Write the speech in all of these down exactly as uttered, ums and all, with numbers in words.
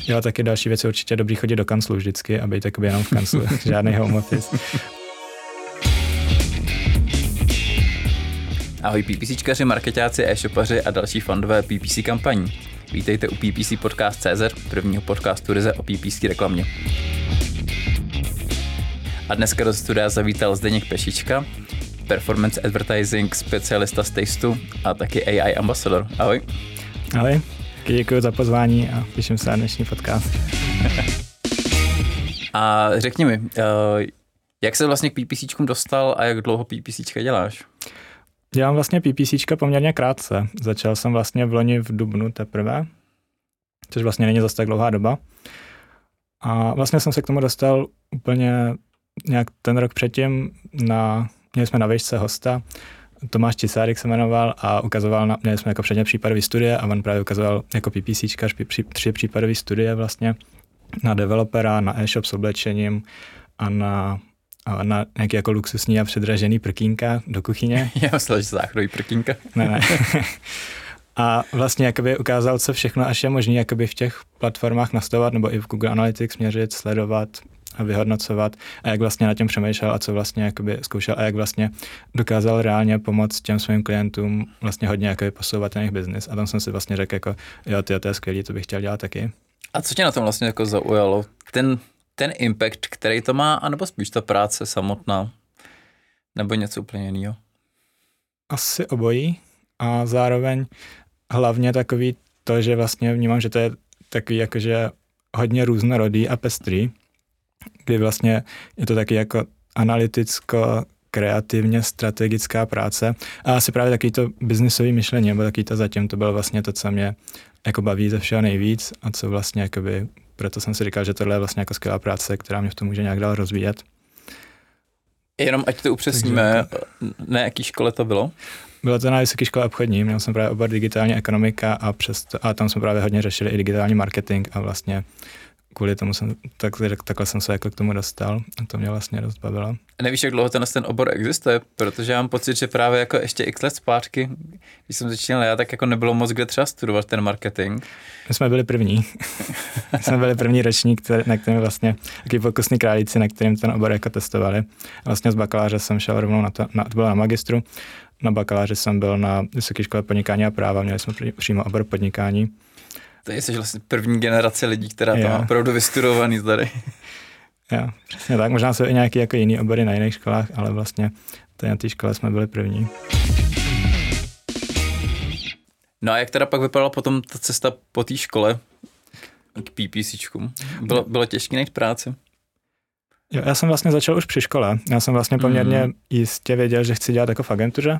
Jo, taky další věc je určitě dobrý chodit do kanclu vždycky a být takoby jenom v kanclu, žádný home office. Ahoj PPCčkaři, marketáci, e-shopaři a další fandové P P C kampaní. Vítejte u P P C Podcast tečka cé zet, prvního podcastu ryze o P P C reklamě. A dneska do studia zavítal Zdeněk Pešička, performance advertising specialista z Tasteu a taky A I ambasador. Ahoj. Ahoj, děkuji za pozvání a těším se na dnešní podcast. A řekni mi, jak se vlastně k PPCčkům dostal a jak dlouho PPCčka děláš? Dělám vlastně PPCčka poměrně krátce. Začal jsem vlastně v loni v dubnu teprve, což vlastně není zase tak dlouhá doba. A vlastně jsem se k tomu dostal úplně nějak ten rok předtím. Na, měli jsme na výšce hosta, Tomáš Cisárek se jmenoval a ukazoval, na, měli jsme jako předně případový studie a on právě ukazoval jako PPCčkař tři případové studie vlastně na developera, na e-shop s oblečením a na a na nějaký jako luxusní a předražený prkínka do kuchyně. Já myslel, že záchodový prkínka. Ne, ne. A vlastně jakoby ukázal, co všechno až je možné jakoby v těch platformách nastavovat, nebo i v Google Analytics měřit, sledovat a vyhodnocovat a jak vlastně na těm přemýšlel a co vlastně jakoby zkoušel a jak vlastně dokázal reálně pomoct těm svým klientům vlastně hodně jakoby posouvat ten jejich biznis. A tam jsem si vlastně řekl jako, jo, tyjo, to je skvělý, to bych chtěl dělat taky. A co tě na tom vlastně jako zaujalo? Ten ten impact, který to má, anebo spíš ta práce samotná, nebo něco úplně jiného? Asi obojí a zároveň hlavně takový to, že vlastně vnímám, že to je takový jakože hodně různorodý a pestrý, kdy vlastně je to taky jako analyticko, kreativně strategická práce a asi právě takový to biznisový myšlení, nebo takový to zatím, to bylo vlastně to, co mě jako baví ze všeho nejvíc a co vlastně jakoby, proto jsem si říkal, že tohle je vlastně jako skvělá práce, která mě v tom může nějak dál rozvíjet. Jenom ať to upřesníme, na jaký škole to bylo? Bylo to na vysoké škole obchodní, měl jsem právě obor digitální ekonomika a, přesto, a tam jsme právě hodně řešili i digitální marketing a vlastně kvůli tomu jsem, tak, takhle jsem se jako k tomu dostal a to mě vlastně dost bavilo. Nevíš, jak dlouho ten, ten obor existuje? Protože já mám pocit, že právě jako ještě x let zpátky, když jsem začínal já, tak jako nebylo moc kde třeba studovat ten marketing. My jsme byli první. My jsme byli první ročník, který, na kterém vlastně takový pokusný králíci, na kterým ten obor jako testovali. Vlastně z bakaláře jsem šel rovnou na to, na, to bylo na magistru, na bakaláři jsem byl na Vysoké škole podnikání a práva, měli jsme přímo obor podnikání. To je vlastně první generace lidí, která to má opravdu vystudovaný tady. Jo, přesně tak. Možná jsou i nějaké jako jiný obory na jiných školách, ale vlastně tady na té škole jsme byli první. No a jak teda pak vypadala potom ta cesta po té škole k PPCčkům? Bylo, bylo těžké najít práci? Jo, já jsem vlastně začal už při škole. Já jsem vlastně poměrně mm. jistě věděl, že chci dělat jako v agentuře.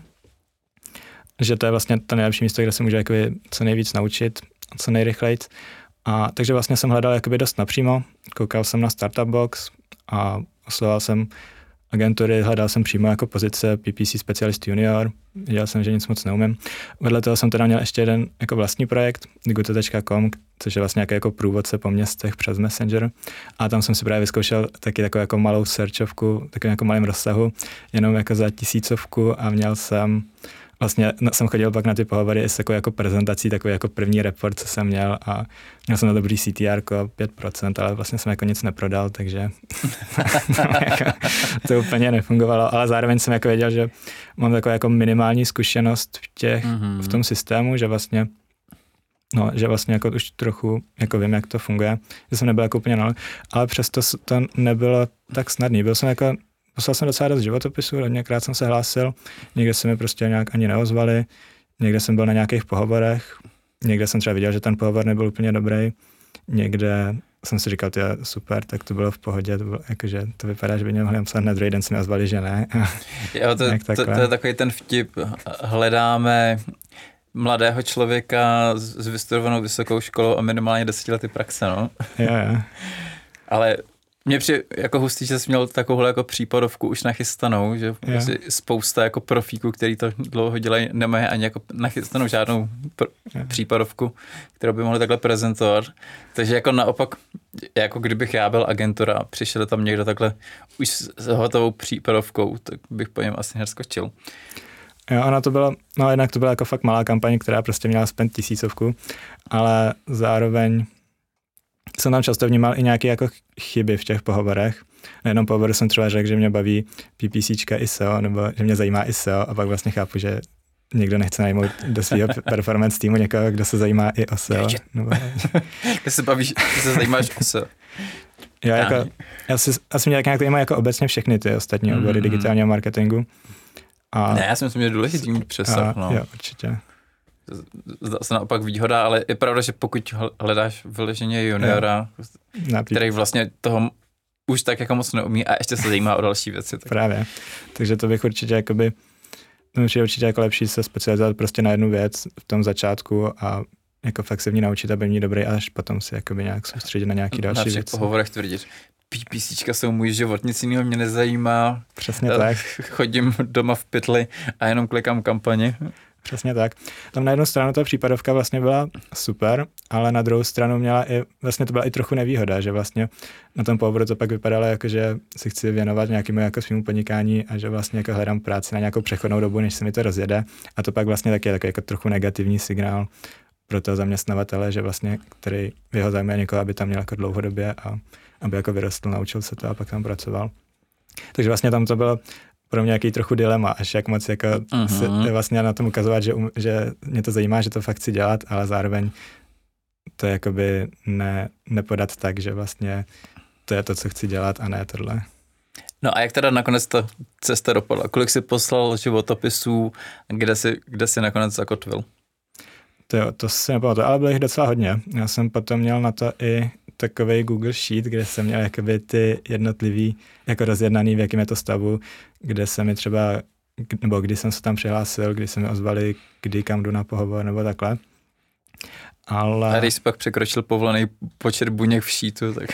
Že to je vlastně to nejlepší místo, kde se můžu jakoby co nejvíc naučit, co nejrychleji. A takže vlastně jsem hledal jakoby dost napřímo. Koukal jsem na Startup Box a oslovoval jsem agentury, hledal jsem přímo jako pozice P P C specialist junior. Viděl jsem, že nic moc neumím. Vedle toho jsem teda měl ještě jeden jako vlastní projekt, diguto tečka com, což je vlastně nějaký jako průvodce po městech přes Messenger. A tam jsem si právě vyzkoušel taky takovou jako malou searchovku, takovým jako malým rozsahu, jenom jako za tisícovku a měl jsem Vlastně jsem chodil pak na ty pohovory s takovou jako prezentací, takový jako první report, co jsem měl a měl jsem na dobrý C T R pět procent, ale vlastně jsem jako nic neprodal, takže jako, to úplně nefungovalo, ale zároveň jsem jako věděl, že mám takovou jako minimální zkušenost v těch, mm-hmm. v tom systému, že vlastně no, že vlastně jako už trochu jako vím, jak to funguje, že jsem nebyl jako úplně nal, ale přesto to nebylo tak snadný, byl jsem jako Poslal jsem docela dost životopisů, hodněkrát jsem se hlásil, někde se mi prostě nějak ani neozvali, někde jsem byl na nějakých pohovorech, někde jsem třeba viděl, že ten pohovor nebyl úplně dobrý, někde jsem si říkal, to je super, tak to bylo v pohodě, to bylo, jakože to vypadá, že by mě mohli napsat, na druhý den se mi ozvali, že ne. Jo, to, to, to je takový ten vtip, hledáme mladého člověka s vystudovanou vysokou školou a minimálně deseti lety praxe, no. Jo, jo. Ale mě přijde jako hustý, že jsi měl takovouhle jako případovku už nachystanou, že yeah. spousta jako profíků, který to dlouho dělají, nemají ani jako nachystanou žádnou pr- yeah. případovku, kterou by mohli takhle prezentovat. Takže jako naopak, jako kdybych já byl agentura a přišel tam někdo takhle už s hotovou případovkou, tak bych po něm asi neskočil. Jo, ona to bylo, no jednak to byla jako fakt malá kampaň, která prostě měla spend tisícovku, ale zároveň jsem tam často vnímal i nějaké jako chyby v těch pohovorech. Na jednom pohovoru jsem třeba řekl, že mě baví PPCčka i S E O, nebo že mě zajímá i S E O, a pak vlastně chápu, že někdo nechce najmout do svého performance týmu někoho, kdo se zajímá i o S E O. Nebo... Ty se bavíš, ty se zajímáš o S E O. Já, jako, já si, asi mě tak nějak zajímá jako obecně všechny ty ostatní mm. obory digitálního marketingu. A, ne, já si myslím, že je důležitý mít přesah. No. Jo, určitě. Zdá se naopak výhoda, ale je pravda, že pokud hledáš vyloženě juniora, jo. který vlastně toho už tak jako moc neumí a ještě se zajímá o další věci. Tak. Právě. Takže to bych určitě jakoby, to je určitě jako lepší se specializovat prostě na jednu věc v tom začátku a jako fakt se v ní naučit, aby mě dobrý, až potom si jakoby nějak soustředit na nějaký další věci. Na všech pohovorech tvrdíš, PPCčka jsou můj život, nic jiného mě nezajímá. Přesně tak. Chodím doma v pytli a jenom klikám kampaně. Přesně tak. Tam na jednu stranu ta případovka vlastně byla super, ale na druhou stranu měla i, vlastně to byla i trochu nevýhoda, že vlastně na tom pohovoru to pak vypadalo jako, že si chci věnovat nějakému jako svýmu podnikání a že vlastně jako hledám práci na nějakou přechodnou dobu, než se mi to rozjede. A to pak vlastně taky je takový jako trochu negativní signál pro toho zaměstnavatele, že vlastně, který jeho zájmu je někoho, aby tam měl jako dlouhodobě a aby jako vyrostl, naučil se to a pak tam pracoval. Takže vlastně tam to bylo pro mě nějaký trochu dilema, až jak moc jako uh-huh. se vlastně na tom ukazovat, že, um, že mě to zajímá, že to fakt chci dělat, ale zároveň to jakoby ne, nepodat tak, že vlastně to je to, co chci dělat a ne tohle. No a jak teda nakonec ta cesta dopadla? Kolik jsi poslal životopisů, kde jsi, kde jsi nakonec zakotvil? To, jo, to si nepamatuju, ale bylo jich docela hodně. Já jsem potom měl na to i takovej Google Sheet, kde jsem měl jakoby ty jednotlivý, jako rozjednaný, v jakém je to stavu, kde se mi třeba, nebo kdy jsem se tam přihlásil, kdy se mi ozvali, kdy kam jdu na pohovor, nebo takhle. Ale... A když jsi pak překročil povolený počet buněk v sheetu, tak...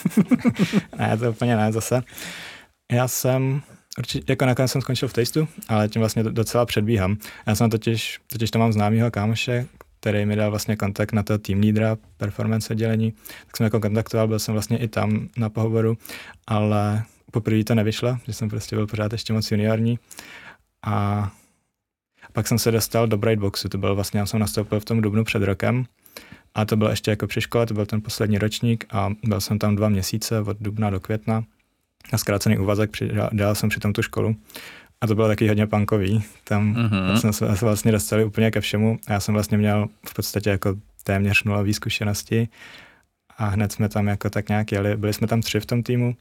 Ne, to úplně ne, zase. Já jsem, určitě, jako nakonec jsem skončil v Tasteu, ale tím vlastně docela předbíhám. Já jsem totiž, totiž tam mám známýho kámoše, který mi dal vlastně kontakt na toho team leadera performance oddělení, tak jsem jako kontaktoval, byl jsem vlastně i tam na pohovoru, ale poprvé to nevyšlo, že jsem prostě byl pořád ještě moc juniorní a pak jsem se dostal do Brightboxu, to byl vlastně, já jsem nastoupil v tom dubnu před rokem a to bylo ještě jako při škole, to byl ten poslední ročník a byl jsem tam dva měsíce od dubna do května na zkrácený úvazek, dělal jsem přitom tu školu. A to bylo taky hodně punkový. Tam mm-hmm. jsme se vlastně dostali úplně ke všemu. A já jsem vlastně měl v podstatě jako téměř nulový zkušenosti. A hned jsme tam jako tak nějak jeli. Byli jsme tam tři v tom týmu.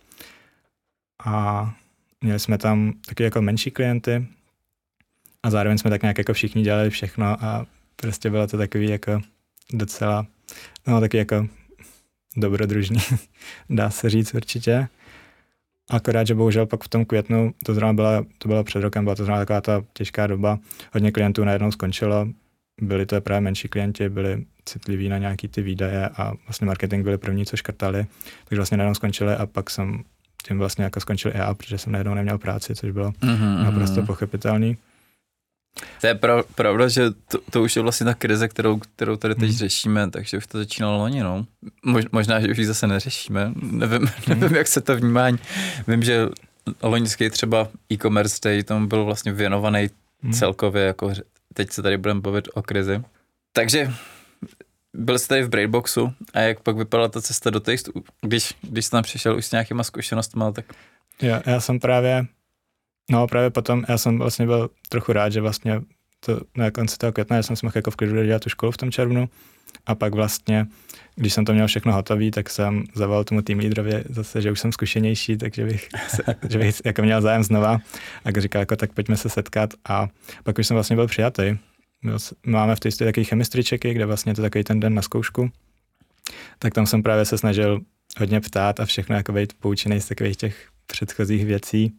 A měli jsme tam taky jako menší klienty. A zároveň jsme tak nějak jako všichni dělali všechno. A prostě bylo to takový jako docela, no taky jako dobrodružný, dá se říct určitě. Akorát, že bohužel pak v tom květnu, to zrovna byla, to bylo před rokem, byla to zrovna taková ta těžká doba, hodně klientů najednou skončilo, byli to právě menší klienti, byli citliví na nějaký ty výdaje a vlastně marketing byli první, co škrtali, takže vlastně najednou skončili a pak jsem tím vlastně jako skončil i já, protože jsem najednou neměl práci, což bylo mm-hmm. naprosto pochopitelný. To je prav, pravda, že to, to už je vlastně ta krize, kterou, kterou tady teď mm. řešíme, takže už to začínalo loni, no. Mož, možná, že už ji zase neřešíme, nevím, mm. nevím, jak se to vnímá. Vím, že loňský třeba e-commerce day tomu byl vlastně věnovaný mm. celkově, jako teď se tady budeme bavit o krizi. Takže byl jsi tady v Brightboxu a jak pak vypadala ta cesta do Tasteu, když, když jsi tam přišel už s nějakýma zkušenostmi, tak... Jo, já jsem právě No právě potom, já jsem vlastně byl trochu rád, že vlastně to na konci toho května, já jsem si mohl jako v klidu dělat tu školu v tom červnu a pak vlastně, když jsem to měl všechno hotový, tak jsem zavolal tomu team leaderovi zase, že už jsem zkušenější, takže bych, se, že bych jako měl zájem znova a říkal, jako tak pojďme se setkat a pak už jsem vlastně byl přijatý. Máme v té takový chemistry checky, kde vlastně to takový ten den na zkoušku, tak tam jsem právě se snažil hodně ptát a všechno jako být poučený z takových těch předchozích věcí.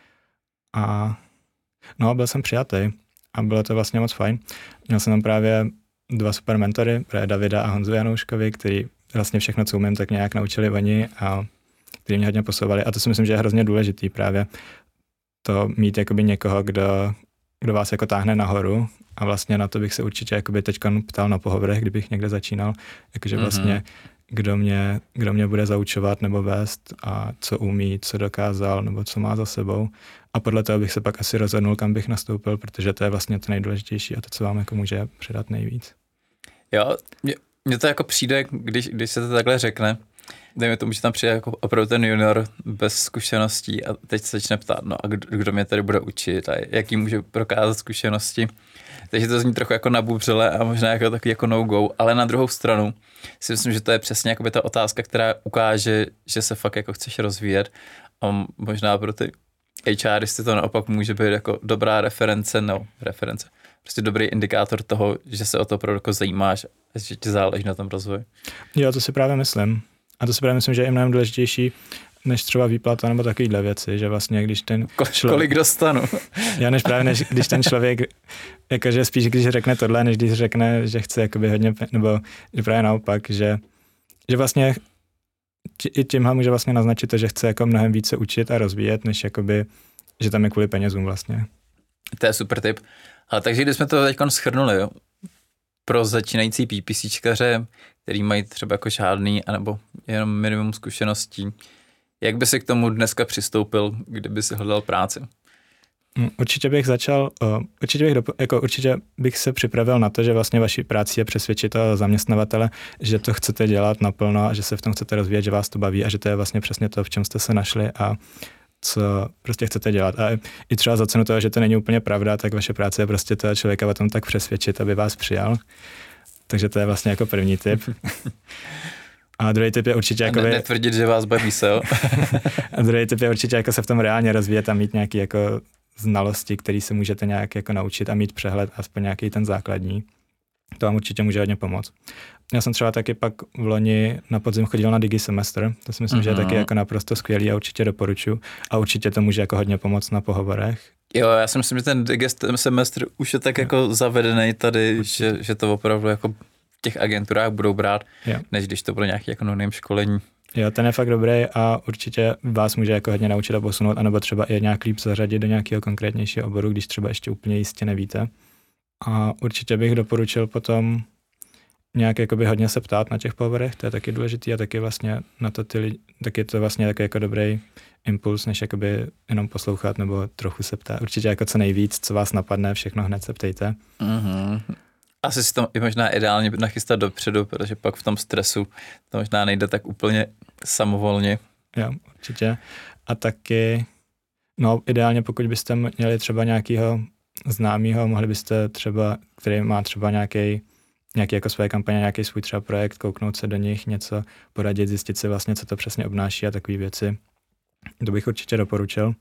A no, byl jsem přijatý a bylo to vlastně moc fajn. Měl jsem tam právě dva super mentory, právě Davida a Honzu Janouškovi, který vlastně všechno, co umím, tak nějak naučili oni a který mě hodně posouvali. A to si myslím, že je hrozně důležitý právě to mít jakoby někoho, kdo, kdo vás jako táhne nahoru a vlastně na to bych se určitě jakoby teďka ptal na pohovorech, kdybych někde začínal, jakože vlastně kdo mě, kdo mě bude zaučovat nebo vést a co umí, co dokázal nebo co má za sebou. A podle toho bych se pak asi rozhodnul, kam bych nastoupil, protože to je vlastně to nejdůležitější a to, co vám jako může předat nejvíc. Jo, mně to jako přijde, když, když se to takhle řekne, dejme tomu, že tam přijde jako opravdu ten junior bez zkušeností a teď se začne ptát, no a kdo, kdo mě tady bude učit a jaký může prokázat zkušenosti. Takže to zní trochu jako nabubřele a možná jako takový jako no-go, ale na druhou stranu si myslím, že to je přesně jakoby ta otázka, která ukáže, že se fakt jako chceš rozvíjet a možná pro ty HRisty to naopak může být jako dobrá reference, no, reference, prostě dobrý indikátor toho, že se o to opravdu jako zajímáš a že ti záleží na tom rozvoji. Jo, to si právě myslím. A to si právě myslím, že je mnohem důležitější než třeba výplata nebo takovýhle věci, že vlastně když ten člověk... Kolik dostanu? Já než právě, než, když ten člověk, jakože spíš když řekne tohle, než když řekne, že chce jakoby hodně, nebo že právě naopak, že, že vlastně i tímhle může vlastně naznačit to, že chce jako mnohem více učit a rozvíjet, než jakoby, že tam je kvůli penězům vlastně. To je super tip. Ale takže když jsme to teď shrnuli, jo? Pro začínající PPCčkaře, který mají třeba jako žádný, anebo jenom minimum zkušeností, jak by si k tomu dneska přistoupil, kdyby si hledal práci? Určitě bych začal, určitě bych, jako určitě bych se připravil na to, že vlastně vaší práci je přesvědčit toho zaměstnavatele, že to chcete dělat naplno a že se v tom chcete rozvíjet, že vás to baví a že to je vlastně přesně to, v čem jste se našli a co prostě chcete dělat. A i třeba za cenu toho, že to není úplně pravda, tak vaše práce je prostě toho člověka o tom tak přesvědčit, aby vás přijal. Takže to je vlastně jako první tip. A druhý tip je určitě jako... Netvrdit, že vás baví se, jo? A druhý tip je určitě jako se v tom reálně rozvíjet a mít nějaký jako znalosti, který se můžete nějak jako naučit a mít přehled, aspoň nějaký ten základní. To vám určitě může hodně pomoct. Já jsem třeba taky pak v loni na podzim chodil na Digi semestr, to si myslím, mm-hmm. že je taky jako naprosto skvělý a určitě doporučuji. A určitě to může jako hodně pomoct na pohovorech. Jo, já si myslím, že ten Digi semestr už je tak jako zavedený tady, že, že to opravdu jako v těch agenturách budou brát, jo. Než když to bude nějaký jako no-name školení. Jo, ten je fakt dobrý a určitě vás může jako hodně naučit a posunout, anebo třeba i nějak líp zařadit do nějakého konkrétnějšího oboru, když třeba ještě úplně jistě nevíte. A určitě bych doporučil potom nějak jakoby hodně se ptát na těch pohovorech, to je taky důležitý a taky vlastně na to ty lidi, taky je to vlastně taky jako dobrý impuls, než jakoby jenom poslouchat nebo trochu se ptát. Určitě jako co nejvíc, co vás napadne, všechno hned se ptejte. Mm-hmm. Asi si to i možná ideálně nachystat dopředu, protože pak v tom stresu to možná nejde tak úplně samovolně. Jo, určitě. A taky, no ideálně pokud byste měli třeba nějakého známého, mohli byste třeba, který má třeba nějaký nějaký jako své kampaně, nějaký svůj třeba projekt, kouknout se do nich, něco poradit, zjistit si vlastně, co to přesně obnáší a takové věci. To bych určitě doporučil.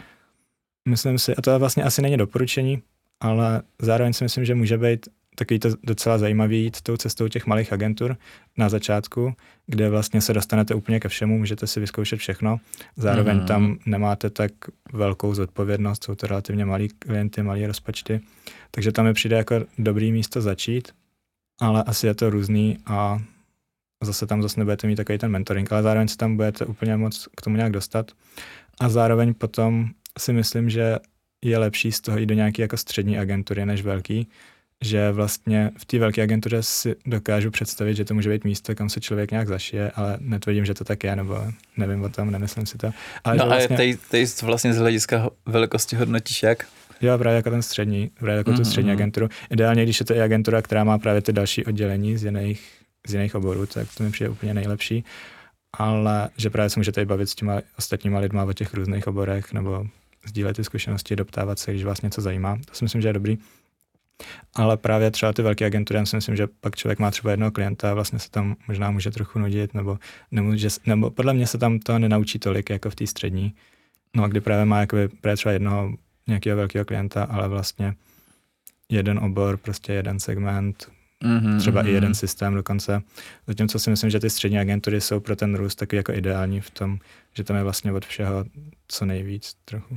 Myslím si, a to vlastně asi není doporučení, ale zároveň si myslím, že může být takový to docela zajímavý jít tou cestou těch malých agentur na začátku, kde vlastně se dostanete úplně ke všemu, můžete si vyzkoušet všechno. Zároveň mm. tam nemáte tak velkou zodpovědnost, jsou to relativně malí klienty, malí rozpočty, takže tam mi přijde jako dobrý místo začít, ale asi je to různý a zase tam zase nebudete mít takový ten mentoring, ale zároveň se tam budete úplně moc k tomu nějak dostat. A zároveň potom si myslím, že je lepší z toho jít do nějaké jako střední agentury než velký, že vlastně v té velké agentuře si dokážu představit, že to může být místo, kam se člověk nějak zašije, ale netvrdím, že to tak je, nebo nevím o tom, nemyslím si to. Ale no vlastně, a tady, tady vlastně z hlediska velikosti hodnotíš jak? Jo, právě jako ten střední, právě jako mm-hmm. tu střední agenturu. Ideálně, když je to i agentura, která má právě ty další oddělení z jiných, z jiných oborů, tak to mi přijde úplně nejlepší. Ale že právě se můžete i bavit s těma ostatníma lidma o těch různých oborech, nebo sdílet ty zkušenosti, doptávat se, když vás něco zajímá. To si myslím, že je dobrý. Ale právě třeba ty velké agentury, já si myslím, že pak člověk má třeba jednoho klienta a vlastně se tam možná může trochu nudit, nebo, nemůže, nebo podle mě se tam to nenaučí tolik jako v té střední. No a kdy právě má jakoby, právě třeba jednoho nějakého velkého klienta, ale vlastně jeden obor, prostě jeden segment, mm-hmm, třeba mm-hmm. i jeden systém dokonce. Zatímco si myslím, že ty střední agentury jsou pro ten růst taky jako ideální v tom, že tam je vlastně od všeho co nejvíc trochu.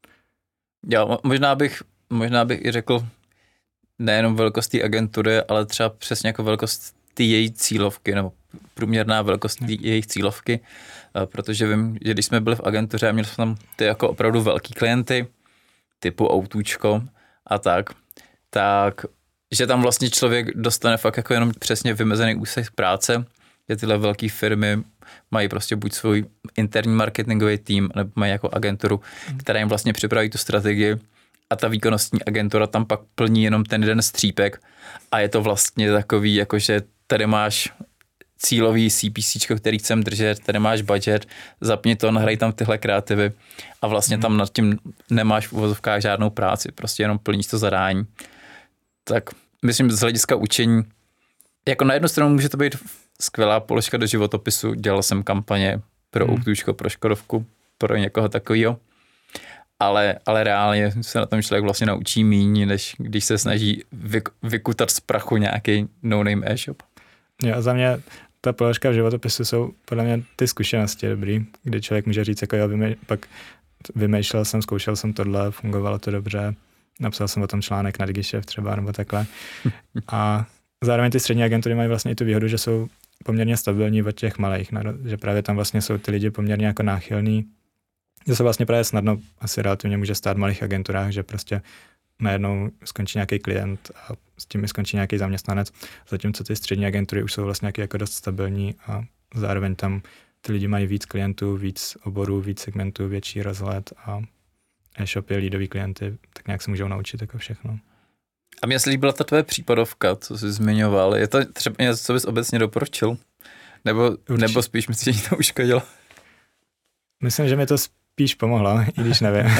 Jo, možná bych, možná bych i řekl, nejenom velikost té agentury, ale třeba přesně jako velikost té její cílovky, nebo průměrná velikost té jejich cílovky, protože vím, že když jsme byli v agentuře a měli jsme tam ty jako opravdu velký klienty, typu autůčko a tak, tak, že tam vlastně člověk dostane fakt jako jenom přesně vymezený úsek práce, že tyhle velké firmy mají prostě buď svůj interní marketingový tým, nebo mají jako agenturu, která jim vlastně připraví tu strategii, a ta výkonnostní agentura tam pak plní jenom ten jeden střípek a je to vlastně takový, jakože tady máš cílový C P C, který chcem držet, tady máš budget, zapni to, nahraj tam tyhle kreativy a vlastně hmm. tam nad tím nemáš v uvozovkách žádnou práci, prostě jenom plníš to zadání. Tak myslím, z hlediska učení, jako na jednu stranu může to být skvělá položka do životopisu, dělal jsem kampaně pro hmm. Outučko, pro Škodovku, pro někoho takového, ale, ale reálně se na tom člověk vlastně naučí míň, než když se snaží vyk, vykutat z prachu nějaký no-name e-shop. Jo, a za mě ta položka v životopisu jsou podle mě ty zkušenosti dobrý, kdy člověk může říct, jako jo, vymýš, pak vymýšlel jsem, zkoušel jsem tohle, fungovalo to dobře, napsal jsem o tom článek na DigiShef třeba, nebo takhle. A zároveň ty střední agentury mají vlastně i tu výhodu, že jsou poměrně stabilní od těch malých, že právě tam vlastně jsou ty lidi poměrně jako náchylní, že se vlastně právě snadno asi relativně může stát v malých agenturách, že prostě najednou skončí nějaký klient a s tím skončí nějaký zaměstnanec, zatímco ty střední agentury už jsou vlastně nějaký jako dost stabilní a zároveň tam ty lidi mají víc klientů, víc oborů, víc segmentů, větší rozhled a e-shopy, leadový klienty, tak nějak se můžou naučit jako všechno. A mě se líbila ta tvoje případovka, co jsi zmiňoval. Je to třeba něco, co bys obecně doporučil? Nebo, nebo spíš myslíš, že to uškodilo? Myslím, že mi to spíš pomohlo, i když nevím.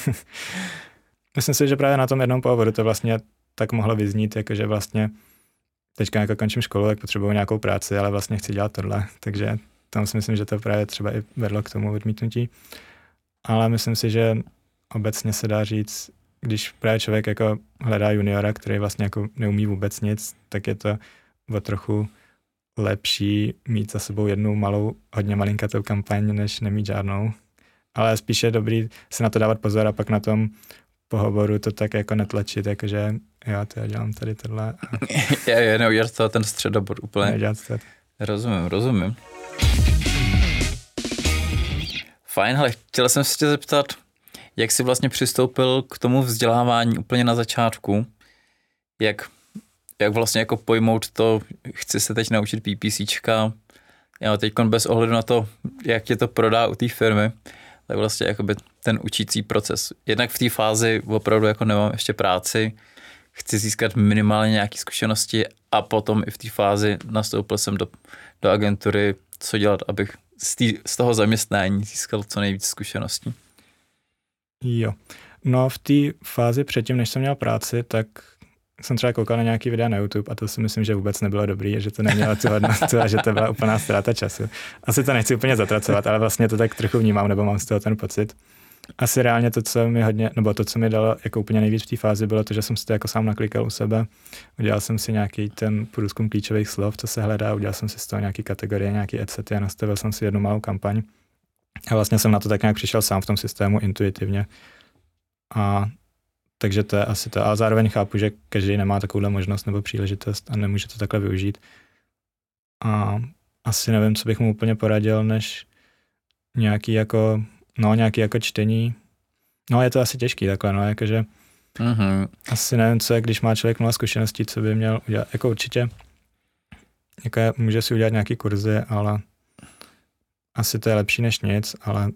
Myslím si, že právě na tom jednom pohovoru to vlastně tak mohlo vyznít, jakože vlastně teďka jako končím školu, tak potřebuji nějakou práci, ale vlastně chci dělat tohle. Takže tam si myslím, že to právě třeba i vedlo k tomu odmítnutí. Ale myslím si, že obecně se dá říct, když právě člověk jako hledá juniora, který vlastně jako neumí vůbec nic, tak je to o trochu lepší mít za sebou jednu malou, hodně malinkatou kampaň, než nemít žádnou. Ale spíš je dobrý se na to dávat pozor a pak na tom pohovoru to tak jako netlačit, jakože já to já dělám tady tohle. A... já je neudělat to ten středobod úplně. Neudělat to. Rozumím, rozumím. Fajn, ale chtěl jsem se tě zeptat, jak jsi vlastně přistoupil k tomu vzdělávání úplně na začátku, jak, jak vlastně jako pojmout to, chci se teď naučit PPCčka, já teď bez ohledu na to, jak tě to prodá u té firmy, tak vlastně jakoby ten učící proces. Jednak v té fázi opravdu jako nemám ještě práci, chci získat minimálně nějaké zkušenosti a potom i v té fázi nastoupil jsem do, do agentury, co dělat, abych z, tý, z toho zaměstnání získal co nejvíc zkušeností. Jo. No v té fázi předtím, než jsem měl práci, tak jsem třeba koukal na nějaký videa na YouTube a to si myslím, že vůbec nebylo dobrý, že to nemělo tu hodnotu a že to byla úplná ztráta času. Asi to nechci úplně zatracovat, ale vlastně to tak trochu vnímám, nebo mám z toho ten pocit. Asi reálně to, co mi hodně, nebo to, co mi dalo jako úplně nejvíc v té fázi, bylo to, že jsem si to jako sám naklikal u sebe. Udělal jsem si nějaký ten průzkum klíčových slov, co se hledá, udělal jsem si z toho nějaký kategorie, nějaký etsety a nastavil jsem si jednu malou kampaň. A vlastně jsem na to tak nějak přišel sám v tom systému intuitivně. A takže to je asi to. A zároveň chápu, že každý nemá takovouhle možnost nebo příležitost a nemůže to takhle využít. A asi nevím, co bych mu úplně poradil, než nějaký jako, no nějaký jako čtení. No je to asi těžký takhle, no jakože mm-hmm. asi nevím, co je, když má člověk mnoho zkušeností, co by měl udělat. Jako určitě jako je, může si udělat nějaký kurzy, ale asi to je lepší než nic, ale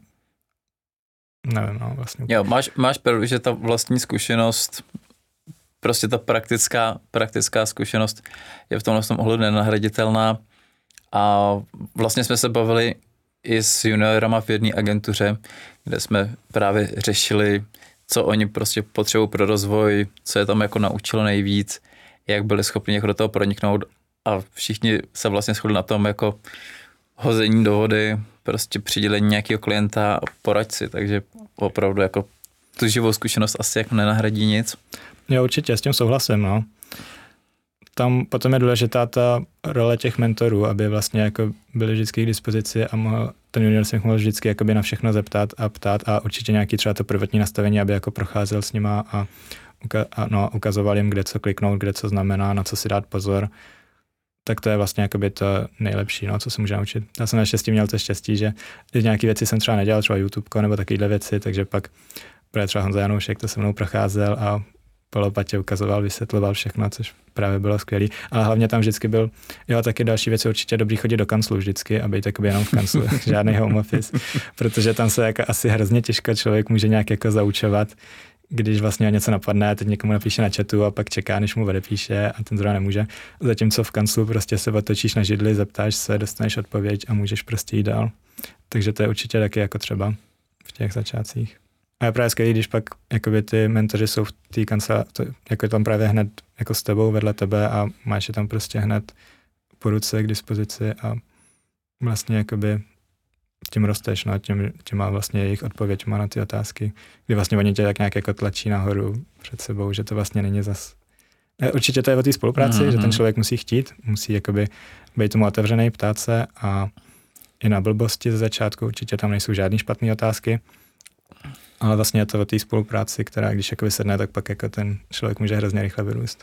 nevím, no vlastně. Jo, máš, máš pravdu, že ta vlastní zkušenost, prostě ta praktická, praktická zkušenost je v tomhle tom ohledu nenahraditelná a vlastně jsme se bavili i s juniorama v jedné agentuře, kde jsme právě řešili, co oni prostě potřebují pro rozvoj, co je tam jako naučilo nejvíc, jak byli schopni jako do toho proniknout a všichni se vlastně shodli na tom jako hození do vody, prostě přidělení nějakého klienta a poradci, takže opravdu jako tu živou zkušenost asi jako nenahradí nic. Jo, určitě, s tím souhlasím, no. Tam potom je důležitá ta role těch mentorů, aby vlastně jako byli vždycky k dispozici a mohl, ten junior se mohl vždycky jakoby na všechno zeptat a ptát a určitě nějaký třeba to prvotní nastavení, aby jako procházel s nima a, uka- a no, ukazoval jim, kde co kliknout, kde co znamená, na co si dát pozor. Tak to je vlastně jakoby to nejlepší, no, co se může naučit. Já jsem naštěstí měl to štěstí, že nějaké věci jsem třeba nedělal, třeba YouTube nebo takovéhle věci, takže pak právě třeba Honza Janoušek to se mnou procházel a po lopatě ukazoval, vysvětloval všechno, což právě bylo skvělý. Ale hlavně tam vždycky byl, jo, taky další věc je určitě dobrý chodit do kanclu vždycky a být jakoby jenom v kanclu, žádný home office, protože tam se jako asi hrozně těžko člověk může nějak jako zaučovat, když vlastně ho něco napadne, teď někomu napíše na chatu a pak čeká, než mu odepíše a ten zrovna nemůže. Zatímco v kanclu prostě se otočíš na židli, zeptáš se, dostaneš odpověď a můžeš prostě jít dál. Takže to je určitě taky jako třeba v těch začátcích. A je právě skvělý, když pak jakoby ty mentoři jsou v té kanceláři, jako je tam právě hned jako s tebou vedle tebe a máš je tam prostě hned po ruce k dispozici a vlastně jakoby tím rosteš, no, tím, tím má vlastně jejich odpověďma na ty otázky, kdy vlastně oni tě tak nějak jako tlačí nahoru před sebou, že to vlastně není zas... Určitě to je o té spolupráci, mm-hmm. že ten člověk musí chtít, musí jakoby být tomu otevřený, ptát se a i na blbosti ze začátku určitě tam nejsou žádný špatné otázky, ale vlastně je to o té spolupráci, která když jakoby sedne, tak pak jako ten člověk může hrozně rychle vyrůst.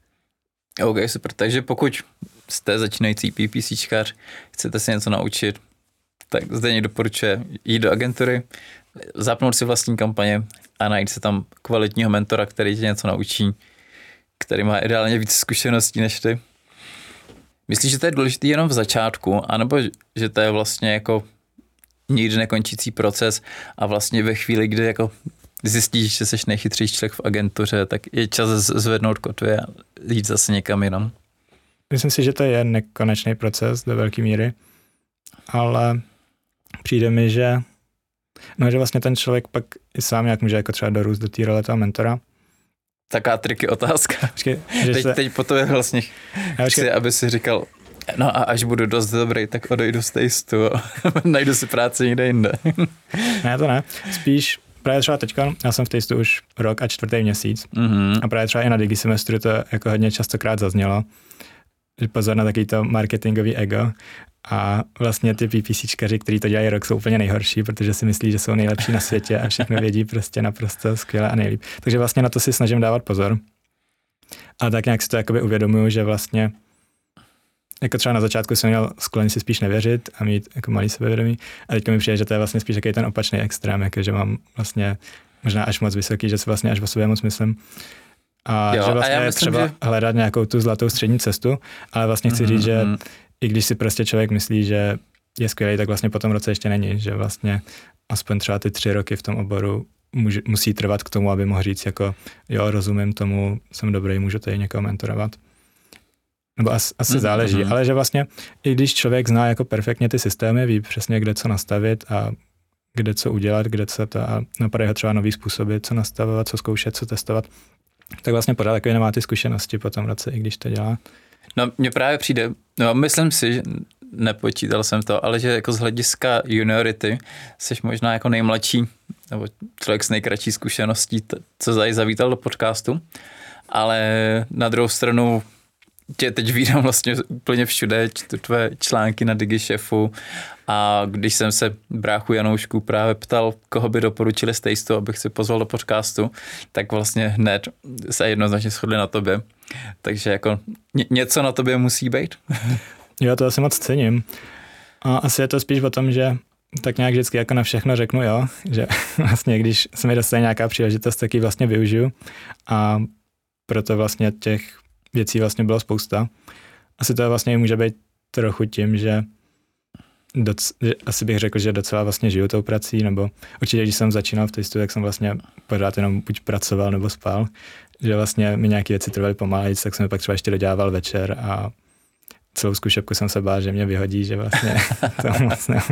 OK, super. Takže pokud jste začínající PPCčkař, chcete se něco naučit, tak zde doporučuje jít do agentury, zapnout si vlastní kampaně a najít se tam kvalitního mentora, který tě něco naučí, který má ideálně víc zkušeností než ty. Myslíš, že to je důležité jenom v začátku, anebo že to je vlastně jako nikdy nekončící proces a vlastně ve chvíli, kdy jako zjistíš, že jsi nejchytřejší člověk v agentuře, tak je čas zvednout kotvy a jít zase někam jinam? Myslím si, že to je nekonečný proces do velké míry, ale přijde mi, že, no, že vlastně ten člověk pak i sám nějak může jako třeba dorůst do té role toho mentora. Taká triky otázka. Počkej, teď, se... teď po to je vlastně, chci, aby si říkal, no a až budu dost dobrý, tak odejdu z testu a najdu si práci někde jinde. Ne, to ne. Spíš právě třeba teďka, já jsem v testu už rok a čtvrtý měsíc mm-hmm. a právě třeba i na digisemestru to jako hodně častokrát zaznělo, že pozor na takový to marketingový ego a vlastně ty PPCčkaři, kteří to dělají rok, jsou úplně nejhorší, protože si myslí, že jsou nejlepší na světě a všechno vědí prostě naprosto skvěle a nejlíp. Takže vlastně na to si snažím dávat pozor. A tak nějak si to jakoby uvědomuju, že vlastně jako třeba na začátku jsem měl sklon si spíš nevěřit a mít jako malý sebevědomí a teďka mi přijde, že to je vlastně spíš takový ten opačný extrém, jako že mám vlastně možná až moc vysoký, že si vlastně až o sobě moc myslím. A jo, že vlastně a je třeba že... hledat nějakou tu zlatou střední cestu, ale vlastně chci mm-hmm. říct, že i když si prostě člověk myslí, že je skvělý, tak vlastně po tom roce ještě není, že vlastně aspoň třeba ty tři roky v tom oboru může, musí trvat k tomu, aby mohl říct jako jo, rozumím tomu, jsem dobrý, můžu tady někoho mentorovat. Nebo as, asi mm-hmm. záleží, ale že vlastně i když člověk zná jako perfektně ty systémy, ví přesně, kde co nastavit a kde co udělat, kde co to a napadají ho třeba nový způsoby, co nastavovat, co zkoušet, co testovat, tak vlastně pořád takový nemá ty zkušenosti po tom roce, i když to dělá. No mně právě přijde, no myslím si, že nepočítal jsem to, ale že jako z hlediska juniority jsi možná jako nejmladší, nebo člověk s nejkratší zkušeností, co tady zavítal do podcastu, ale na druhou stranu tě teď vídám vlastně úplně všude, čtu tvé články na DigiChefu a když jsem se bráchu Janoušku právě ptal, koho by doporučili z testu, abych si pozval do podcastu, tak vlastně hned se jednoznačně shodli na tobě. Takže jako ně, něco na tobě musí být. Jo, to asi moc cením. A asi je to spíš o tom, že tak nějak vždycky jako na všechno řeknu jo, že vlastně když se mi dostane nějaká příležitost, tak ji vlastně využiju a proto vlastně těch věcí vlastně bylo spousta. Asi to vlastně může být trochu tím, že, doc, že asi bych řekl, že docela vlastně žiju tou prací, nebo určitě, když jsem začínal v testu, tak jsem vlastně pořád jenom buď pracoval nebo spal, že vlastně mi nějaké věci trvaly pomalejc, tak jsem je pak třeba ještě dodělával večer a celou zkušebku jsem se bál, že mě vyhodí, že vlastně to moc ne.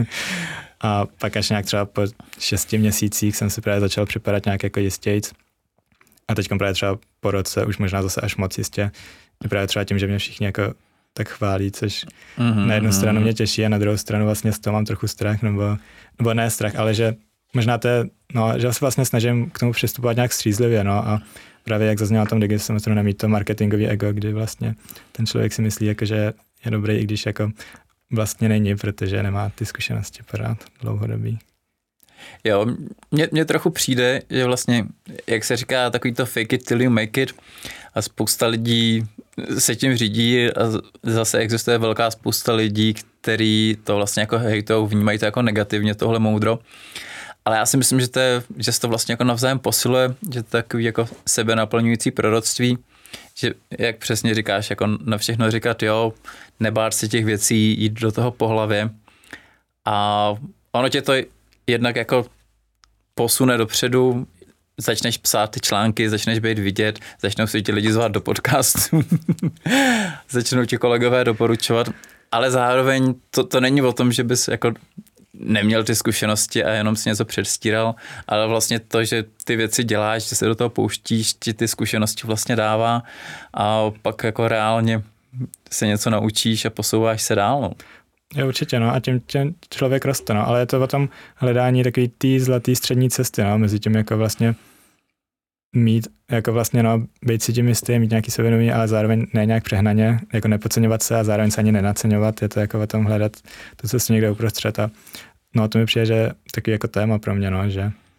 A pak až nějak třeba po šesti měsících jsem si právě začal připadat nějak jako jistějc. A teď právě třeba po roce už možná zase až moc jistě. Právě třeba tím, že mě všichni jako tak chválí, což mm-hmm. na jednu stranu mě těší a na druhou stranu vlastně z toho mám trochu strach, nebo, nebo ne strach, ale že možná to je, no, že se vlastně snažím k tomu přistupovat nějak střízlivě, no a právě jak zazněla tam digisemestru nemít to marketingový ego, kdy vlastně ten člověk si myslí, jako, že je dobrý, i když jako vlastně není, protože nemá ty zkušenosti pořád dlouhodobý. Jo, mně, mně trochu přijde, že vlastně, jak se říká, takový to fake it till you make it a spousta lidí se tím řídí a zase existuje velká spousta lidí, který to vlastně jako hejtou, vnímají to jako negativně, tohle moudro. Ale já si myslím, že to, je, že se to vlastně jako navzájem posiluje, že to je takový jako sebenaplňující proroctví, že jak přesně říkáš, jako na všechno říkat jo, nebát se těch věcí, jít do toho po hlavě a ono tě to jednak jako posune dopředu, začneš psát ty články, začneš být vidět, začnou se ti lidi zvat do podcastu, začnou ti kolegové doporučovat, ale zároveň to, to není o tom, že bys jako neměl ty zkušenosti a jenom si něco předstíral, ale vlastně to, že ty věci děláš, že se do toho pouštíš, ti ty zkušenosti vlastně dává a pak jako reálně se něco naučíš a posouváš se dál. No. Jo, určitě, no a tím, tím člověk roste, no, ale je to o tom hledání takový tý zlatý střední cesty, no, mezi tím jako vlastně mít, jako vlastně, no, být si tím jistý, mít nějaký sebevědomí, ale zároveň ne nějak přehnaně, jako nepodceňovat se a zároveň se ani nenaceňovat, je to jako o tom hledat tu cestu někde uprostřed a no, to mi přijde, že takový jako téma pro mě, no, že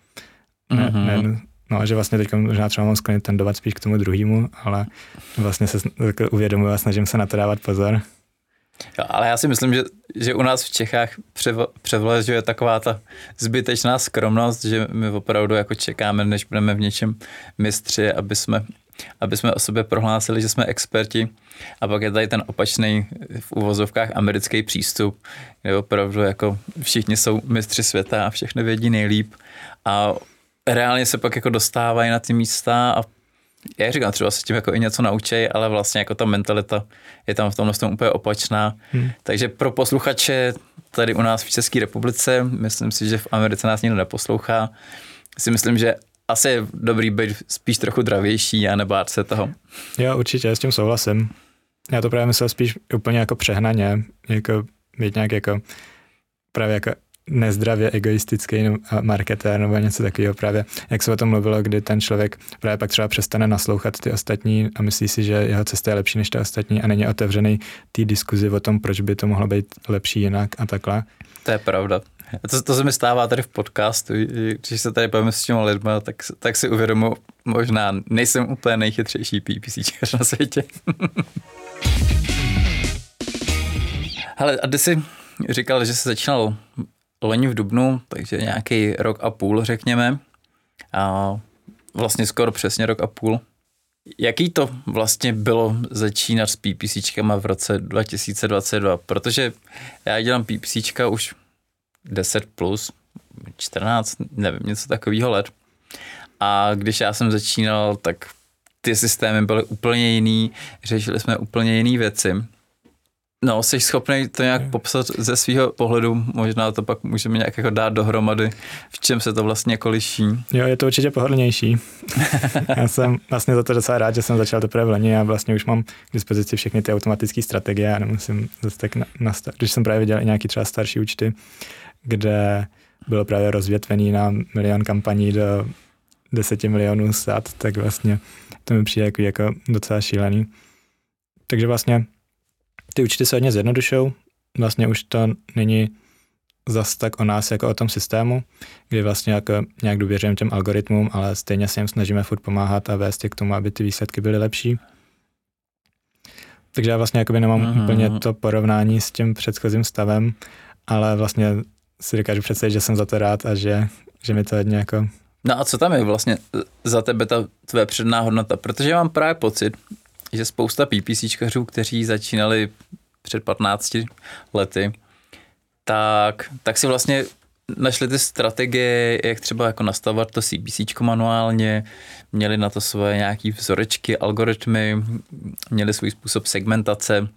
ne, mm-hmm. ne, no, že vlastně teď možná třeba mám sklonit tendovat spíš k tomu druhému, ale vlastně se uvědomuji a snažím se na to dávat pozor. Jo, ale já si myslím, že, že u nás v Čechách převlažuje taková ta zbytečná skromnost, že my opravdu jako čekáme, než budeme v něčem mistři, aby jsme, aby jsme o sobě prohlásili, že jsme experti. A pak je tady ten opačný v uvozovkách americký přístup, kde opravdu jako všichni jsou mistři světa a všechno vědí nejlíp. A reálně se pak jako dostávají na ty místa a já říkám, třeba se tím jako i něco naučej, ale vlastně jako ta mentalita je tam v tomhle tom úplně opačná. Hmm. Takže pro posluchače tady u nás v České republice, myslím si, že v Americe nás nikdo neposlouchá, si myslím, že asi je dobrý být spíš trochu dravější a nebát se toho. Jo, určitě, s tím souhlasím. Já to právě myslel spíš úplně jako přehnaně, jako být nějak jako právě jako nezdravě egoistický marketér nebo něco takového právě, jak se o tom mluvilo, kdy ten člověk právě pak třeba přestane naslouchat ty ostatní a myslí si, že jeho cesta je lepší než ty ostatní a není otevřený té diskuzi o tom, proč by to mohlo být lepší jinak a takhle. To je pravda. To, to se mi stává tady v podcastu, když se tady bavíme s těmi lidmi, tak, tak si uvědomuji, možná nejsem úplně nejchytřejší PPCčkař na světě. Hele, a ty jsi říkal, že jsi začínal loni v dubnu, takže nějaký rok a půl, řekněme. A vlastně skoro přesně rok a půl. Jaký to vlastně bylo začínat s PPCčkama v roce dva tisíce dvacet dva? Protože já dělám PPCčka už deset plus, čtrnáct, nevím, něco takového let. A když já jsem začínal, tak ty systémy byly úplně jiný, řešili jsme úplně jiné věci. No, jsi schopný to nějak popsat ze svého pohledu, možná to pak můžeme nějak jako dát dohromady, v čem se to vlastně jako liší. Jo, je to určitě pohodlnější. Já jsem vlastně za to docela rád, že jsem začal teprve v loni a vlastně už mám k dispozici všechny ty automatické strategie a nemusím zase tak nastavit. Když jsem právě viděl i nějaký třeba starší účty, kde bylo právě rozvětvený na milion kampaní do deseti milionů sad, tak vlastně to mi přijde jako, jako docela šílený. Takže vlastně ty účty se hodně zjednodušou, vlastně už to není zas tak o nás jako o tom systému, kdy vlastně jako nějak důvěřujeme těm algoritmům, ale stejně se jim snažíme furt pomáhat a vést je k tomu, aby ty výsledky byly lepší. Takže já vlastně jakoby nemám mm-hmm. úplně to porovnání s tím předchozím stavem, ale vlastně si dokážu představit, že jsem za to rád a že, že mi to hodně jako... No a co tam je vlastně za tebe ta tvoje předná hodnota? Protože já mám právě pocit, že spousta PPCčkařů, kteří začínali před patnácti lety, tak, tak si vlastně našli ty strategie, jak třeba jako nastavovat to CPCčko manuálně, měli na to svoje nějaký vzorečky, algoritmy, měli svůj způsob segmentace.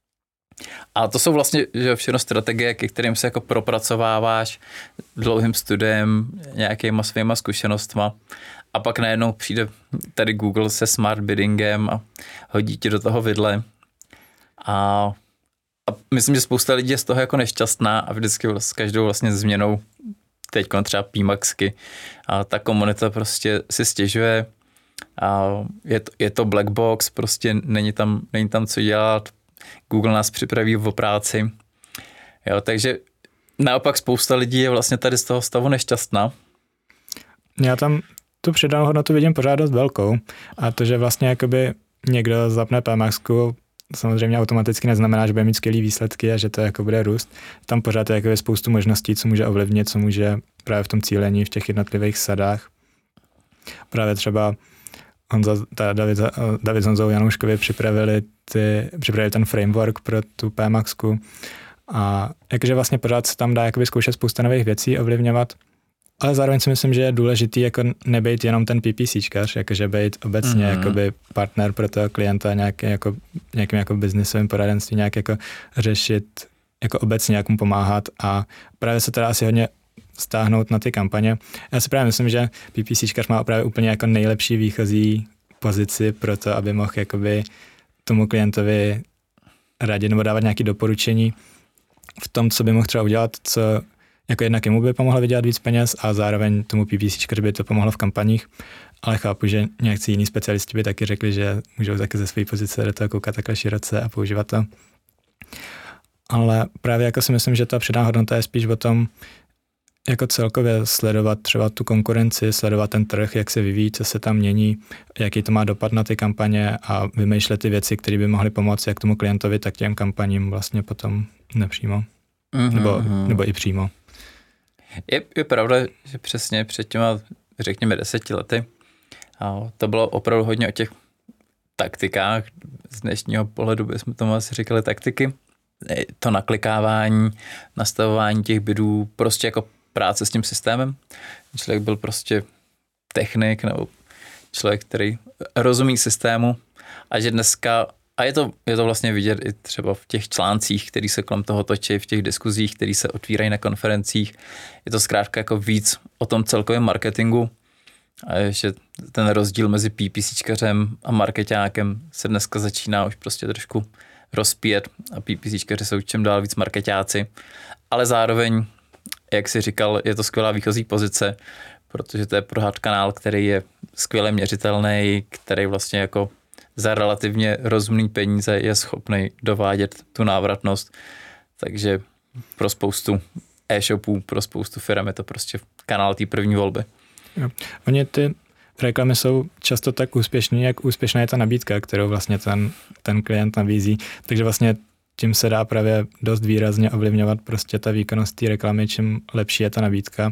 A to jsou vlastně že všechno strategie, ke kterým se jako propracováváš dlouhým studiem, nějakýma svýma zkušenostma. A pak najednou přijde tady Google se smart biddingem a hodí ti do toho vidle. A, a myslím, že spousta lidí je z toho jako nešťastná a vždycky s každou vlastně změnou, teď třeba P-Maxky, a ta komunita prostě si stěžuje. A je to, je to black box, prostě není tam, není tam co dělat. Google nás připraví o práci. Jo, takže naopak spousta lidí je vlastně tady z toho stavu nešťastná. Já tam tu přidanou hodnotu vidím pořád dost velkou a to, že vlastně jakoby někdo zapne P-Maxku, samozřejmě automaticky neznamená, že bude mít skvělý výsledky a že to jako bude růst. Tam pořád je jakoby spoustu možností, co může ovlivnit, co může právě v tom cílení, v těch jednotlivých sadách. Právě třeba Honza, ta David, David s Honzou Janouškovi připravili, ty, připravili ten framework pro tu P-Maxku a jakože vlastně pořád se tam dá jakoby zkoušet spousta nových věcí, ovlivňovat. Ale zároveň si myslím, že je důležitý jako nebejt jenom ten PPCčkař, jakože být obecně mm-hmm. jakoby partner pro toho klienta nějaký, jako, nějakým jako biznisovým poradenství, nějak jako řešit, jako obecně jak mu pomáhat a právě se teda asi hodně stáhnout na ty kampaně. Já si právě myslím, že PPCčkař má opravdu úplně jako nejlepší výchozí pozici pro to, aby mohl jakoby tomu klientovi radit nebo dávat nějaké doporučení v tom, co by mohl třeba udělat, co jako jednak jemu by pomohlo vydělat víc peněz a zároveň tomu PPCčkaři by to pomohlo v kampaních, ale chápu, že nějaký jiní specialisti by taky řekli, že můžou taky ze své pozice do toho koukat takhle široce a používat to. Ale právě jako si myslím, že ta přidaná hodnota je spíš o tom, jako celkově sledovat třeba tu konkurenci, sledovat ten trh, jak se vyvíjí, co se tam mění, jaký to má dopad na ty kampaně a vymýšlet ty věci, které by mohly pomoct jak tomu klientovi, tak těm kampaním vlastně potom nepřímo. Mm-hmm. Nebo, nebo i přímo. Je, je pravda, že přesně před těma, řekněme, deseti lety a to bylo opravdu hodně o těch taktikách. Z dnešního pohledu bychom tomu asi říkali taktiky. To naklikávání, nastavování těch bidů, prostě jako práce s tím systémem. Člověk byl prostě technik nebo člověk, který rozumí systému a že dneska, a je to, je to vlastně vidět i třeba v těch článcích, který se kolem toho točí, v těch diskuzích, který se otvírají na konferencích, je to zkrátka jako víc o tom celkovém marketingu a že ten rozdíl mezi PPCčkařem a markeťákem se dneska začíná už prostě trošku rozpíjet a PPCčkaři jsou čím dál víc markeťáci, ale zároveň, jak jsi říkal, je to skvělá výchozí pozice, protože to je pořád kanál, který je skvěle měřitelný, který vlastně jako za relativně rozumný peníze je schopný dovádět tu návratnost, takže pro spoustu e-shopů, pro spoustu firm je to prostě kanál té první volby. Jo. Oni ty reklamy jsou často tak úspěšný, jak úspěšná je ta nabídka, kterou vlastně ten, ten klient nabízí. Takže vlastně tím se dá právě dost výrazně ovlivňovat prostě ta výkonnost té reklamy, čím lepší je ta nabídka.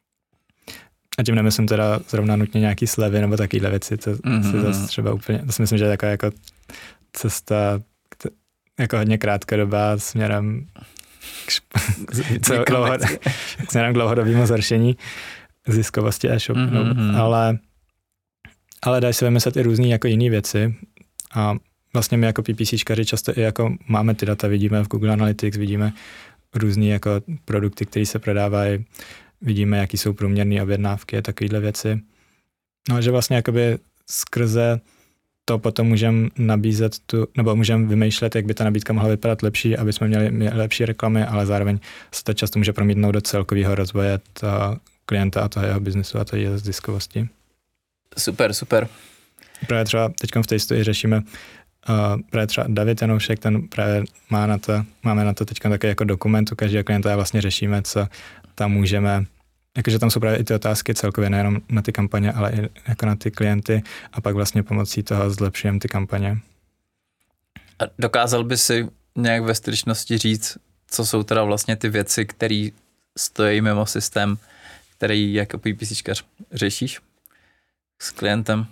A tím nemyslím teda zrovna nutně nějaký slevy nebo takovýhle věci, to mm-hmm. si zase třeba úplně, to si myslím, že je taková jako cesta jako hodně krátkodobá směrem k, šp- dlouho, směrem k dlouhodobému zhoršení ziskovosti e-shop, mm-hmm. no, ale ale dají se vymyslet i různý jako jiný věci a vlastně my jako PPCčkaři často i jako máme ty data, vidíme v Google Analytics, vidíme různý jako produkty, které se prodávají, vidíme, jaký jsou průměrné objednávky a takovéhle věci. No, že vlastně jakoby skrze to potom můžeme nabízet tu, nebo můžeme vymýšlet, jak by ta nabídka mohla vypadat lepší, aby jsme měli lepší reklamy, ale zároveň se to často může promítnout do celkového rozvoje toho klienta a toho jeho biznesu a toho jeho ziskovosti. Super, super. Právě třeba teď v té studii řešíme, uh, právě třeba David Janoušek, ten právě má na to, máme na to teď taky jako dokument u každého klienta a vlastně řešíme, co tam můžeme, jakože tam jsou právě i ty otázky celkově, nejenom na ty kampaně, ale i jako na ty klienty a pak vlastně pomocí toho zlepšujeme ty kampaně. A dokázal by si nějak ve stručnosti říct, co jsou teda vlastně ty věci, které stojí mimo systém, který jako PPCčkař řešíš s klientem?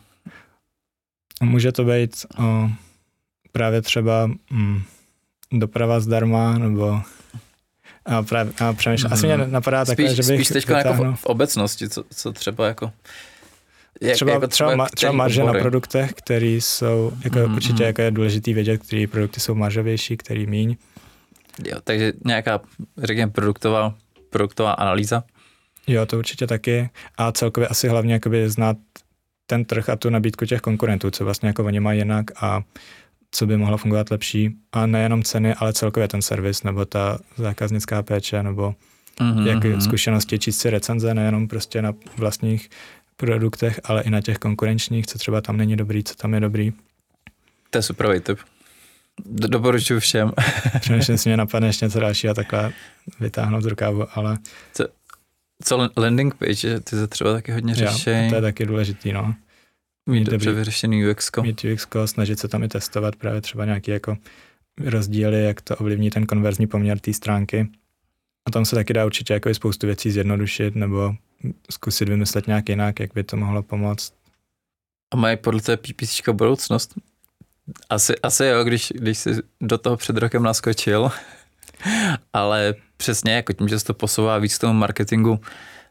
Může to být o, právě třeba mm, doprava zdarma, nebo a právě a přemýšlím. Mm. Asi mě napadá takové, spíš, že bych spíš teď jako v obecnosti, co, co třeba jako jak, třeba, jako třeba, třeba, třeba marže obory na produktech, které jsou, jako mm, určitě mm. jako je důležitý vědět, které produkty jsou maržovější, který míň. Jo, takže nějaká, řekněme, produktová, produktová analýza. Jo, to určitě taky. A celkově asi hlavně jakoby znát ten trh a tu nabídku těch konkurentů, co vlastně jako oni mají jinak a co by mohlo fungovat lepší. A nejenom ceny, ale celkově ten servis, nebo ta zákaznická péče, nebo mm-hmm. jak zkušenosti, číst si recenze, nejenom prostě na vlastních produktech, ale i na těch konkurenčních, co třeba tam není dobrý, co tam je dobrý. To je super tip. Doporučuji všem. Přemýšlím si, mě napadne ještě něco dalšího takhle vytáhnout z rukávu, ale... Co, co landing page, ty se třeba taky hodně řeší. Jo, to je taky důležitý, no. Mít dobře vyřešený U X ko. Mít U X ko, snažit se tam i testovat právě třeba nějaký jako rozdíly, jak to ovlivní ten konverzní poměr té stránky. A tam se taky dá určitě jako spoustu věcí zjednodušit nebo zkusit vymyslet nějak jinak, jak by to mohlo pomoct. A mají podle té PPCčka budoucnost? Asi, asi jo, když, když jsi do toho před rokem naskočil, ale přesně jako tím, že se to posouvá víc tomu marketingu,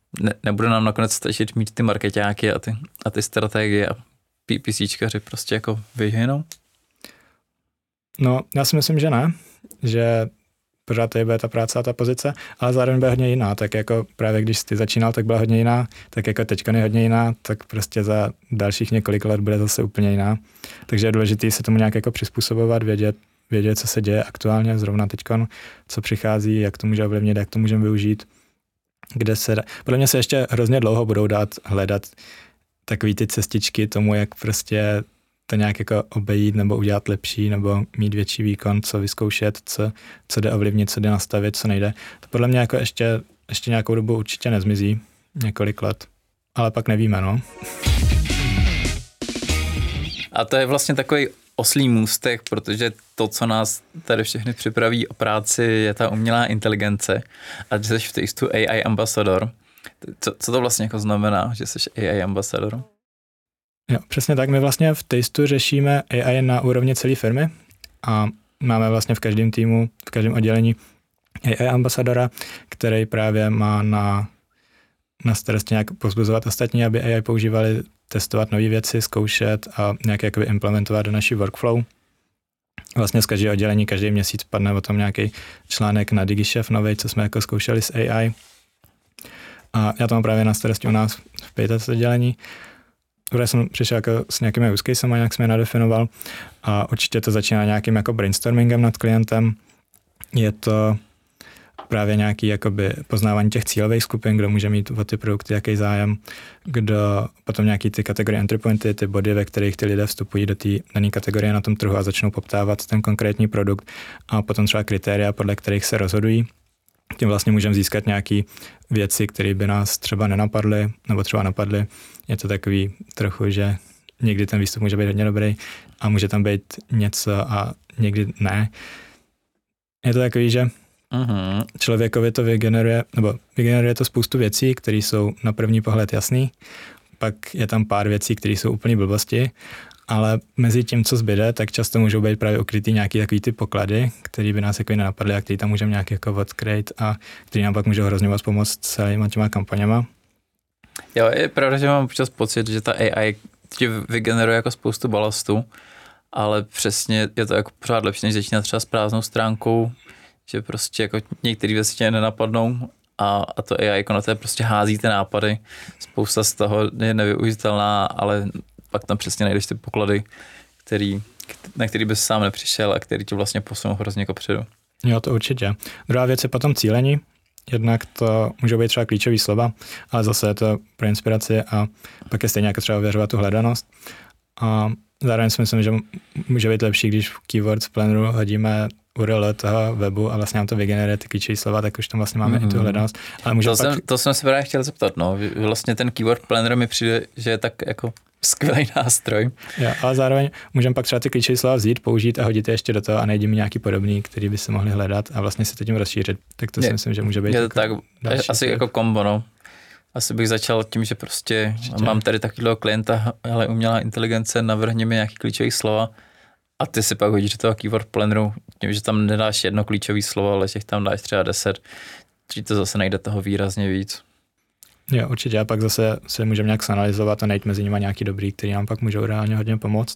ne, nebude nám nakonec stačit mít ty marketáky a ty, a ty strategie a PPCčkaři prostě jako vyhynou? No, já si myslím, že ne, že pořád tady bude ta práce a ta pozice, ale zároveň bude hodně jiná, tak jako právě když ty začínal, tak byla hodně jiná, tak jako teďka je hodně jiná, tak prostě za dalších několik let bude zase úplně jiná. Takže je důležité se tomu nějak jako přizpůsobovat, vědět, vědět, co se děje aktuálně, zrovna teďka, co přichází, jak to může ovlivnit, jak to můžeme využít, kde se dá. Podle mě se ještě hrozně dlouho budou dát hledat takový ty cestičky tomu, jak prostě to nějak jako obejít nebo udělat lepší nebo mít větší výkon, co vyzkoušet, co, co jde ovlivnit, co jde nastavit, co nejde. To podle mě jako ještě, ještě nějakou dobu určitě nezmizí, několik let, ale pak nevíme, no. A to je vlastně takový oslý můstek, protože to, co nás tady všechny připraví o práci, je ta umělá inteligence. A že jsi v Tasteu A I ambasador. Co, co to vlastně jako znamená, že jsi A I ambasador? Jo, přesně tak. My vlastně v Tasteu řešíme A I na úrovni celé firmy a máme vlastně v každém týmu, v každém oddělení A I ambasadora, který právě má na, na starosti nějak povzbuzovat ostatní, aby A I používali, testovat nové věci, zkoušet a nějak jakoby implementovat do naší workflow. Vlastně z každého oddělení každý měsíc padne o tom nějaký článek na DigiChef novej, co jsme jako zkoušeli s A I. A já to mám právě na starosti u nás v Paytest oddělení. Protože jsem přišel jako s nějakými use casema, nějak jsem je nadefinoval a určitě to začíná nějakým jako brainstormingem nad klientem. Je to právě nějaký jakoby poznávání těch cílových skupin, kdo může mít o ty produkty, jaký zájem, kdo potom nějaký ty kategorie entry pointy, ty body, ve kterých ty lidé vstupují do té dané kategorie na tom trhu a začnou poptávat ten konkrétní produkt a potom třeba kritéria, podle kterých se rozhodují. Tím vlastně můžeme získat nějaké věci, které by nás třeba nenapadly, nebo třeba napadly. Je to takový trochu, že někdy ten výstup může být hodně dobrý a může tam být něco a někdy ne. Je to takový, že uh-huh. člověkovi to vygeneruje, nebo vygeneruje to spoustu věcí, které jsou na první pohled jasný, pak je tam pár věcí, které jsou úplně blbosti, ale mezi tím, co zbyde, tak často můžou být právě ukrytý nějaký takový ty poklady, které by nás jako nenapadly a které tam můžeme nějak jako odkryt a které nám pak můžou hrozně moc pomoct celýma těma kampaněma. Jo, je pravda, že mám občas pocit, že ta A I ti vygeneruje jako spoustu balastu, ale přesně je to jako pořád lepší, než začínat třeba s prázdnou stránkou, že prostě jako některé věci tě nenapadnou a, a to A I jako na té prostě hází ty nápady. Spousta z toho je nevyužitelná, ale pak tam přesně najdeš ty poklady, který, na který bys sám nepřišel a který tě vlastně posunou hrozně kopředu. Jo, to určitě. Druhá věc je potom cílení. Jednak to můžou být třeba klíčový slova, ale zase je to pro inspiraci a pak je stejně jako třeba ověřovat tu hledanost. A zároveň si myslím, že může být lepší, když v Keywords Planneru hodíme U R L toho webu a vlastně nám to vygeneruje ty klíčové slova, tak už tam vlastně máme mm-hmm. i tu hledanost. Ale to, pak... jsem, to jsem se právě chtěl zeptat, no. Vlastně ten Keyword Planner mi přijde, že je tak jako skvělý nástroj. Jo, ale zároveň můžeme pak třeba ty klíčové slova vzít, použít a hodit je ještě do toho a najdeme nějaký podobný, který by se mohli hledat a vlastně se to tím rozšířit. Tak to je, si myslím, že může být. Je jako tak, asi jako kombo, no. Asi bych začal tím, že prostě Určitě. mám tady takového klienta, ale umělá inteligence, navrhni mi nějaký klíčový slova a ty si pak hodíš do toho Keyword Planneru, tím, že tam nedáš jedno klíčový slovo, ale těch tam dáš třeba deset, že to zase najde toho výrazně víc. Jo, určitě. A pak zase se můžeme nějak analyzovat a najít mezi nimi nějaký dobrý, který nám pak můžou reálně hodně pomoct.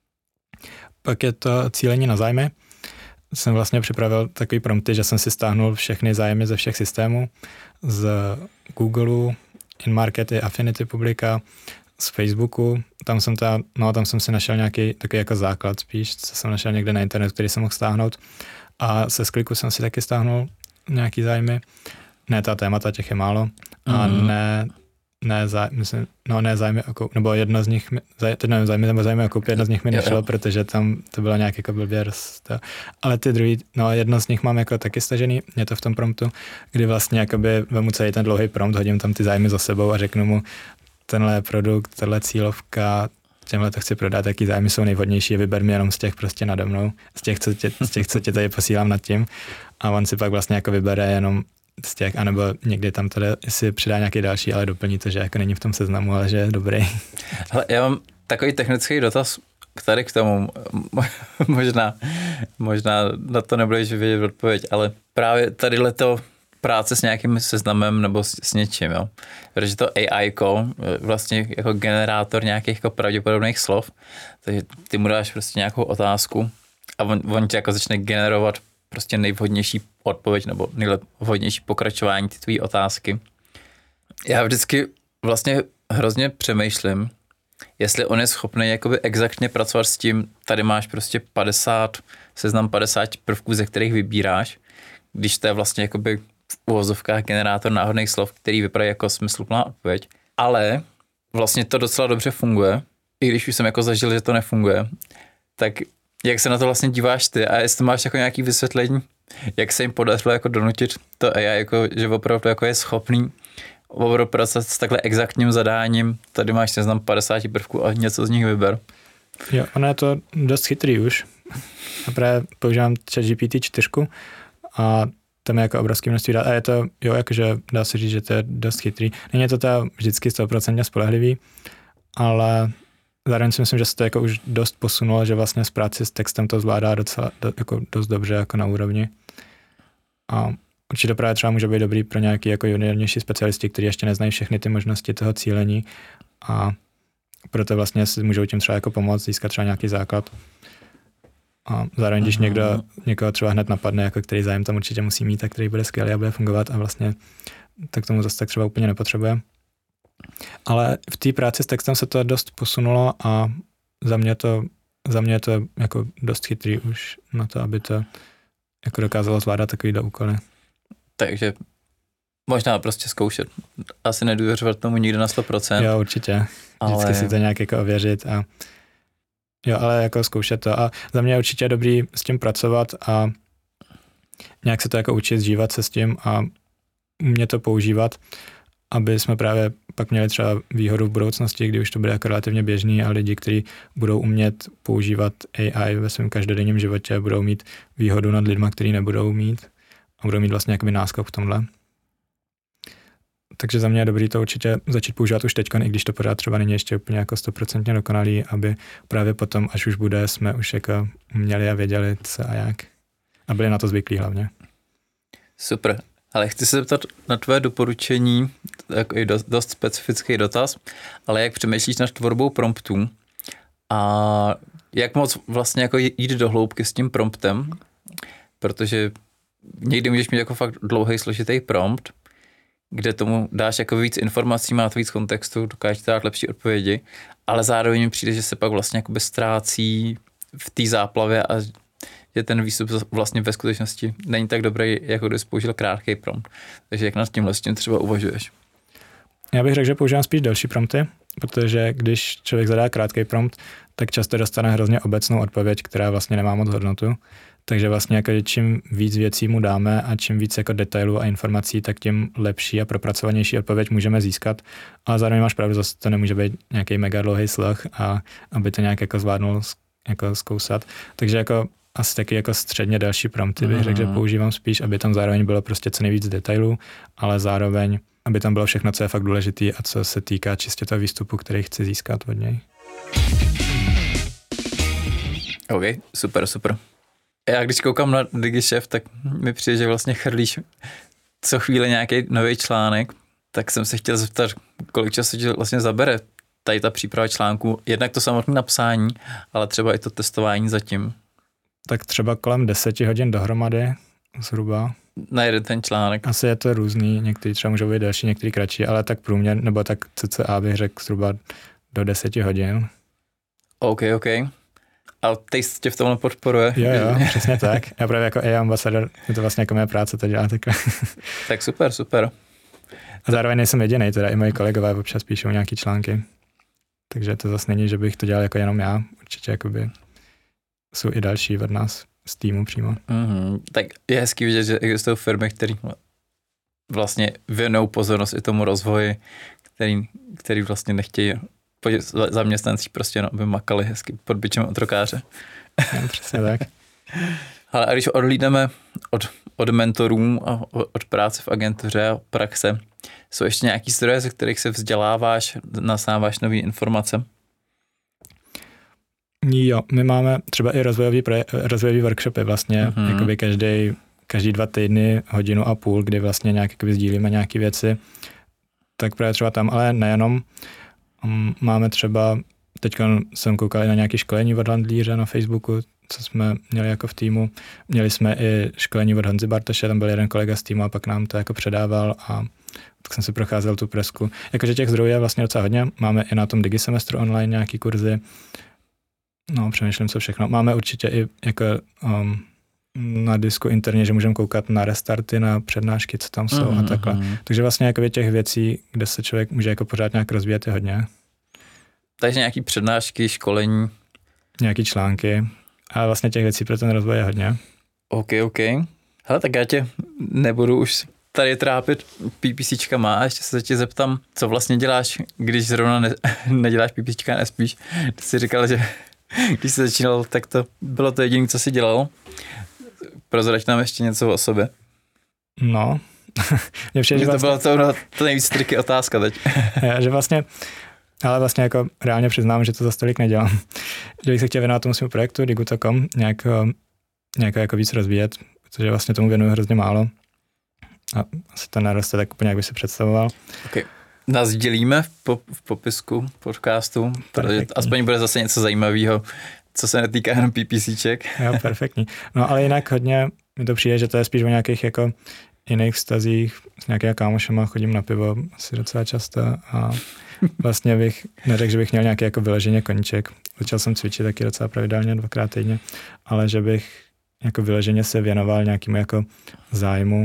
Pak je to cílení na zájmy. Jsem vlastně připravil takový prompty, že jsem si stáhnul všechny zájmy ze všech systémů, z Googleu, InMarkety, Affinity Publica, z Facebooku. Tam jsem, ta, no, tam jsem si našel nějaký takový jako základ spíš, co jsem našel někde na internetu, který jsem mohl stáhnout. A se Skliku jsem si taky stáhnul nějaký zájmy. Ne ta témata, těch je málo. A mm. ne, ne, zá, myslím, no, ne zájmy o koup, nebo jedno z nich, teď nevím, zájmy nebo zájmy o koup, jedno z nich mi nešlo, jo. protože tam to bylo nějak jako blbě roz, ale ty druhý, no jedno z nich mám jako taky stažený, je to v tom promptu, kdy vlastně jakoby vemu celý ten dlouhý prompt, hodím tam ty zájmy za sebou a řeknu mu, tenhle produkt, tenhle cílovka, těmhle to chci prodat, jaký zájmy jsou nejvhodnější, vyber mi jenom z těch prostě nade mnou, z těch, co tě, z těch, co tě tady posílám nad tím a on si pak vlastně jako vybere jenom z těch, anebo někdy tam tady si přidá nějaký další, ale doplní to, že jako není v tom seznamu, ale že je dobrý. Hele, já mám takový technický dotaz tady k tomu, možná, možná na to nebudeš vědět odpověď, ale právě tadyhle to práce s nějakým seznamem nebo s, s něčím, jo. Protože to A I ko, vlastně jako generátor nějakých jako pravděpodobných slov, takže ty mu dáš prostě nějakou otázku a on, on ti jako začne generovat prostě nejvhodnější odpověď nebo nejvhodnější pokračování ty tvojí otázky. Já vždycky vlastně hrozně přemýšlím, jestli on je schopný jakoby exaktně pracovat s tím, tady máš prostě padesát, seznam padesát prvků, ze kterých vybíráš, když to je vlastně jakoby v uvozovkách generátor náhodných slov, který vypadá jako smysluplná odpověď. Ale vlastně to docela dobře funguje, i když už jsem jako zažil, že to nefunguje. Tak jak se na to vlastně díváš ty a jestli máš jako nějaký vysvětlení, jak se jim podařilo jako donutit to A I, jako, že opravdu jako je schopný opravdu pracovat s takhle exaktním zadáním, tady máš seznam padesát prvků a něco z nich vyber. Jo, ono je to dost chytrý už. A právě používám ChatGPT čtyři a tam je jako obrovské množství dat. A je to, jo, jakože dá se říct, že to je dost chytrý. Není to teda vždycky sto procent spolehlivý, ale zároveň si myslím, že se to jako už dost posunulo, že vlastně z práci s textem to zvládá docela do, jako dost dobře jako na úrovni. A určitě právě třeba může být dobrý pro nějaký jako juniornější specialisti, kteří ještě neznají všechny ty možnosti toho cílení a proto vlastně si můžou tím třeba jako pomoct, získat třeba nějaký základ. A zároveň, když někdo, někoho třeba hned napadne, jako který zájem tam určitě musí mít a který bude skvělý a bude fungovat a vlastně tak tomu zase tak třeba úplně nepotřebuje. Ale v té práci s textem se to dost posunulo a za mě to, za mě to jako dost chytrý už na to, aby to jako dokázalo zvládat takovýhle úkoly. Takže možná prostě zkoušet. Asi nedůvěřovat tomu nikdy na sto procent. Jo, určitě. Vždycky ale... si to nějak jako ověřit a jo, ale jako zkoušet to. A za mě je určitě dobrý s tím pracovat a nějak se to jako učit, zžívat se s tím a umět to používat, aby jsme právě pak měli třeba výhodu v budoucnosti, kdy už to bude jako relativně běžný a lidi, kteří budou umět používat A I ve svém každodenním životě, budou mít výhodu nad lidma, kteří nebudou mít a budou mít vlastně jakoby náskok v tomhle. Takže za mě je dobrý to určitě začít používat už teďkon, i když to pořád třeba není ještě úplně jako stoprocentně dokonalý, aby právě potom, až už bude, jsme už jako měli a věděli, co a jak. A byli na to zvyklí hlavně. Super. Ale chci se zeptat na tvoje doporučení, jako i dost, dost specifický dotaz, ale jak přemýšlíš nad tvorbou promptů a jak moc vlastně jako jít do hloubky s tím promptem, protože někdy můžeš mít jako fakt dlouhý, složitý prompt, kde tomu dáš jako víc informací, má to víc kontextu, dokážeš dát lepší odpovědi, ale zároveň mi přijde, že se pak vlastně jakoby ztrácí v té záplavě a že ten výstup vlastně ve skutečnosti není tak dobrý, jako když použil krátký prompt. Takže jak nad tímhle s tím třeba uvažuješ? Já bych řekl, že používám spíš delší prompty, protože když člověk zadá krátký prompt, tak často dostane hrozně obecnou odpověď, která vlastně nemá moc hodnotu. Takže vlastně jako čím víc věcí mu dáme a čím víc jako detailů a informací, tak tím lepší a propracovanější odpověď můžeme získat. Ale zároveň máš pravdu, zase to nemůže být nějaký mega dlouhý sloh, a aby to nějak jako zvládnul jako zkousat. Takže jako asi taky jako středně další prompty bych řekl, že používám spíš, aby tam zároveň bylo prostě co nejvíc detailů, ale zároveň, aby tam bylo všechno, co je fakt důležitý a co se týká čistě toho výstupu, který chci získat od něj. OK, super, super. Já když koukám na DigiChef, tak mi přijde, že vlastně chrlíš co chvíli nějaký nový článek, tak jsem se chtěl zeptat, kolik času ti vlastně zabere tady ta příprava článku, jednak to samotné napsání, ale třeba i to testování zatím. Tak třeba kolem deseti hodin dohromady zhruba. Na jeden ten článek. Asi je to různý, některý třeba můžou být delší, některý kratší, ale tak průměr, nebo tak cca bych řekl zhruba do deseti hodin. OK, OK. A Taste tě v tomhle podporuje. Jo, jo, přesně tak. Já právě jako A I ambasador, je to vlastně jako moje práce to dělá takhle. Tak super, super. A zároveň nejsem jedinej, teda i moji kolegové občas píšou nějaký články. Takže to zase není, že bych to dělal jako jenom já. Určitě jakoby jsou i další od nás z týmu přímo. Mm-hmm. Tak je hezký vidět, že existují firmy, které vlastně věnují pozornost i tomu rozvoji, který, který vlastně nechtějí zaměstnanci prostě jenom, aby makali hezky pod bičem otrokáře. No, přesně tak. Ale a když odhlídneme od, od mentorů a od práce v agentuře a praxe, jsou ještě nějaký zdroje, ze kterých se vzděláváš, nasáváš nové informace? Jo, my máme třeba i rozvojový, proje- rozvojový workshopy vlastně, mm-hmm. jakoby každý každý dva týdny hodinu a půl, kdy vlastně nějak jakoby sdílíme nějaké věci, tak právě třeba tam, ale nejenom. Máme třeba, teď jsem koukal na nějaké školení od handlíře na Facebooku, co jsme měli jako v týmu. Měli jsme i školení od Honzy Bartoše, tam byl jeden kolega z týmu a pak nám to jako předával a tak jsem si procházel tu presku. Jakože těch zdrojů je vlastně docela hodně. Máme i na tom Digisemestru online nějaký kurzy. No, přemýšlím, co všechno. Máme určitě i jako um, na disku interně, že můžeme koukat na restarty, na přednášky, co tam jsou mm-hmm. a takhle. Takže vlastně jako těch věcí, kde se člověk může jako pořád nějak rozvíjet, je hodně. Takže nějaký přednášky, školení. Nějaký články. A vlastně těch věcí pro ten rozvoj je hodně. OK, OK. Hele, tak já tě nebudu už tady trápit PPCčkama a ještě se tě zeptám, co vlastně děláš, když zrovna ne, neděláš PPCčka a nespíš. Ty jsi říkal, že když jsi začínal, tak to bylo to jediné, co jsi dělal. Prozrať nám ještě něco o sobě. No. Mě přijde, že to vlastně... byla to, no, to nejvíc triky otázka teď. Já, že vlastně, ale vlastně jako reálně přiznám, že to za tolik nedělám. Že bych se chtěl věnovat tomu svému projektu Digu tečka com nějak, nějak jako víc rozvíjet, protože vlastně tomu věnuju hrozně málo. A asi to naroste tak úplně, jak by si představoval. Okay. Nás dělíme v, pop, v popisku podcastu, protože aspoň bude zase něco zajímavého, co se netýká jenom PPCček. Jo, perfektní. No ale jinak hodně mi to přijde, že to je spíš o nějakých jako jiných vztazích, s nějakými kámošema chodím na pivo asi docela často a vlastně bych neřekl, že bych měl nějaký jako vyleženě koníček. Začal jsem cvičit taky docela pravidelně dvakrát týdně, ale že bych jako vyleženě se věnoval nějakému jako zájmu,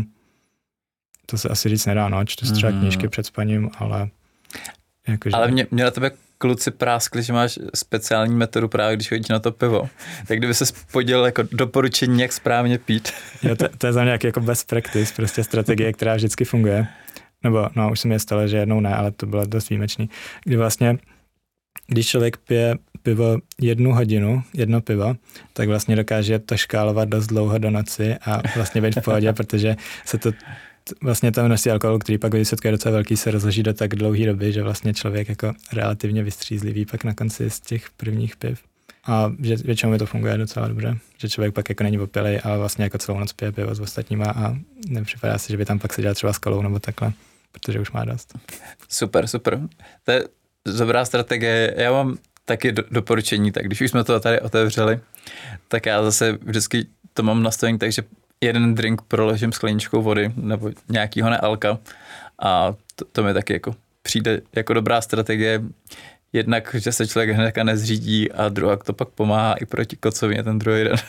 to se asi říct nedá, no, čtu třeba mm. knížky před spaním, ale jakože... Ale mě, mě na tebe kluci práskli, že máš speciální metodu právě, když chodíš na to pivo. Tak kdyby se podělil jako doporučení, jak správně pít. Jo, to, to je za mě nějaký jako best practice, prostě strategie, která vždycky funguje. Nebo, no, už se mi stalo, že jednou ne, ale to bylo dost výjimečný. Kdy vlastně, když člověk pije pivo jednu hodinu, jedno pivo, tak vlastně dokáže to škálovat dost dlouho do noci a vlastně být v pohodě, protože se to vlastně to množství alkoholu, který pak výsledku je docela velký, se rozloží do tak dlouhé doby, že vlastně člověk jako relativně vystřízlivý pak na konci z těch prvních piv. A že většinou mi to funguje docela dobře, že člověk pak jako není opilej, ale vlastně jako celou noc pije pivo s ostatníma a nepřipadá si, že by tam pak seděl třeba s kolou nebo takhle, protože už má dost. Super, super. To je dobrá strategie. Já mám taky do, doporučení, tak když už jsme to tady otevřeli, tak já zase vždycky to mám nastavení tak, že jeden drink proložím skleničkou vody nebo nějakýho nealka a to, to mi taky jako přijde jako dobrá strategie. Jednak, že se člověk hnedka nezřídí a druhak to pak pomáhá i proti kocovině ten druhý den.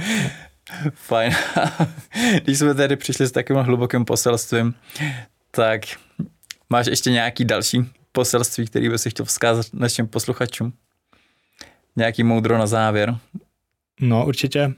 Fajn. Když jsme tady přišli s takovým hlubokým poselstvím, tak máš ještě nějaký další poselství, který by si chtěl vzkázat našim posluchačům? Nějaký moudro na závěr? No určitě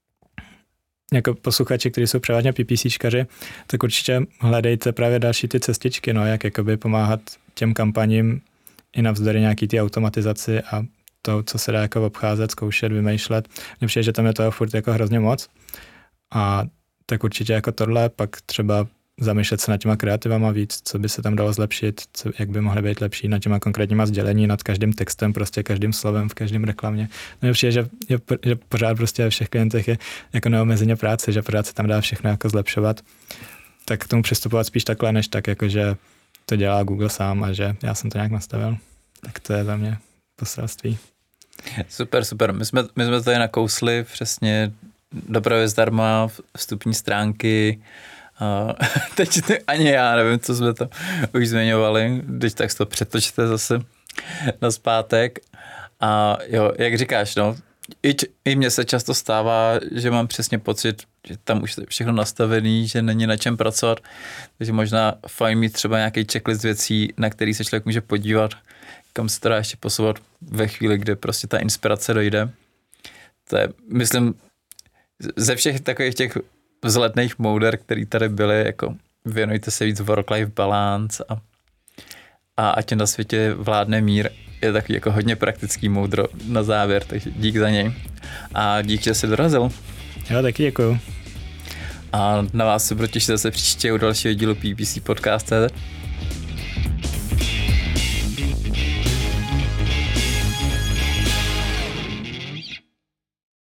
jako posluchači, kteří jsou převážně PPCčkaři, tak určitě hledejte právě další ty cestičky, no, jak jakoby pomáhat těm kampaním i navzdory nějaký ty automatizaci a to, co se dá jako obcházet, zkoušet, vymýšlet. Mně přijde, že tam je toho furt jako hrozně moc. A tak určitě jako tohle, pak třeba zamýšlet se nad těma kreativama víc, co by se tam dalo zlepšit, co, jak by mohly být lepší nad těma konkrétníma sdělení, nad každým textem, prostě každým slovem v každém reklamě. Mně přijde, že, je, že pořád prostě ve všech klientech je jako neomezeně práce, že pořád se tam dá všechno jako zlepšovat. Tak k tomu přistupovat spíš takhle, než tak, jako že to dělá Google sám a že já jsem to nějak nastavil. Tak to je za mě poselství. Super, super. My jsme, my jsme tady nakousli přesně dopravě zdarma, vstupní stránky. A teď ani já nevím, co jsme to už zmiňovali, když tak to přetočte zase na zpátek. A jo, jak říkáš, no, i, i mně se často stává, že mám přesně pocit, že tam už je všechno nastavený, že není na čem pracovat, takže možná fajn mít třeba nějaký checklist věcí, na který se člověk může podívat, kam se to dá ještě posouvat ve chvíli, kdy prostě ta inspirace dojde. To je, myslím, ze všech takových těch vzletných mouder, který tady byly, jako věnujte se víc work-life balance a, a ať na světě vládne mír, je takový jako hodně praktický moudro na závěr, takže dík za něj. A dík, že jsi dorazil. Jo, taky děkuju. A na vás se budu těšit zase příště u dalšího dílu P P C Podcast.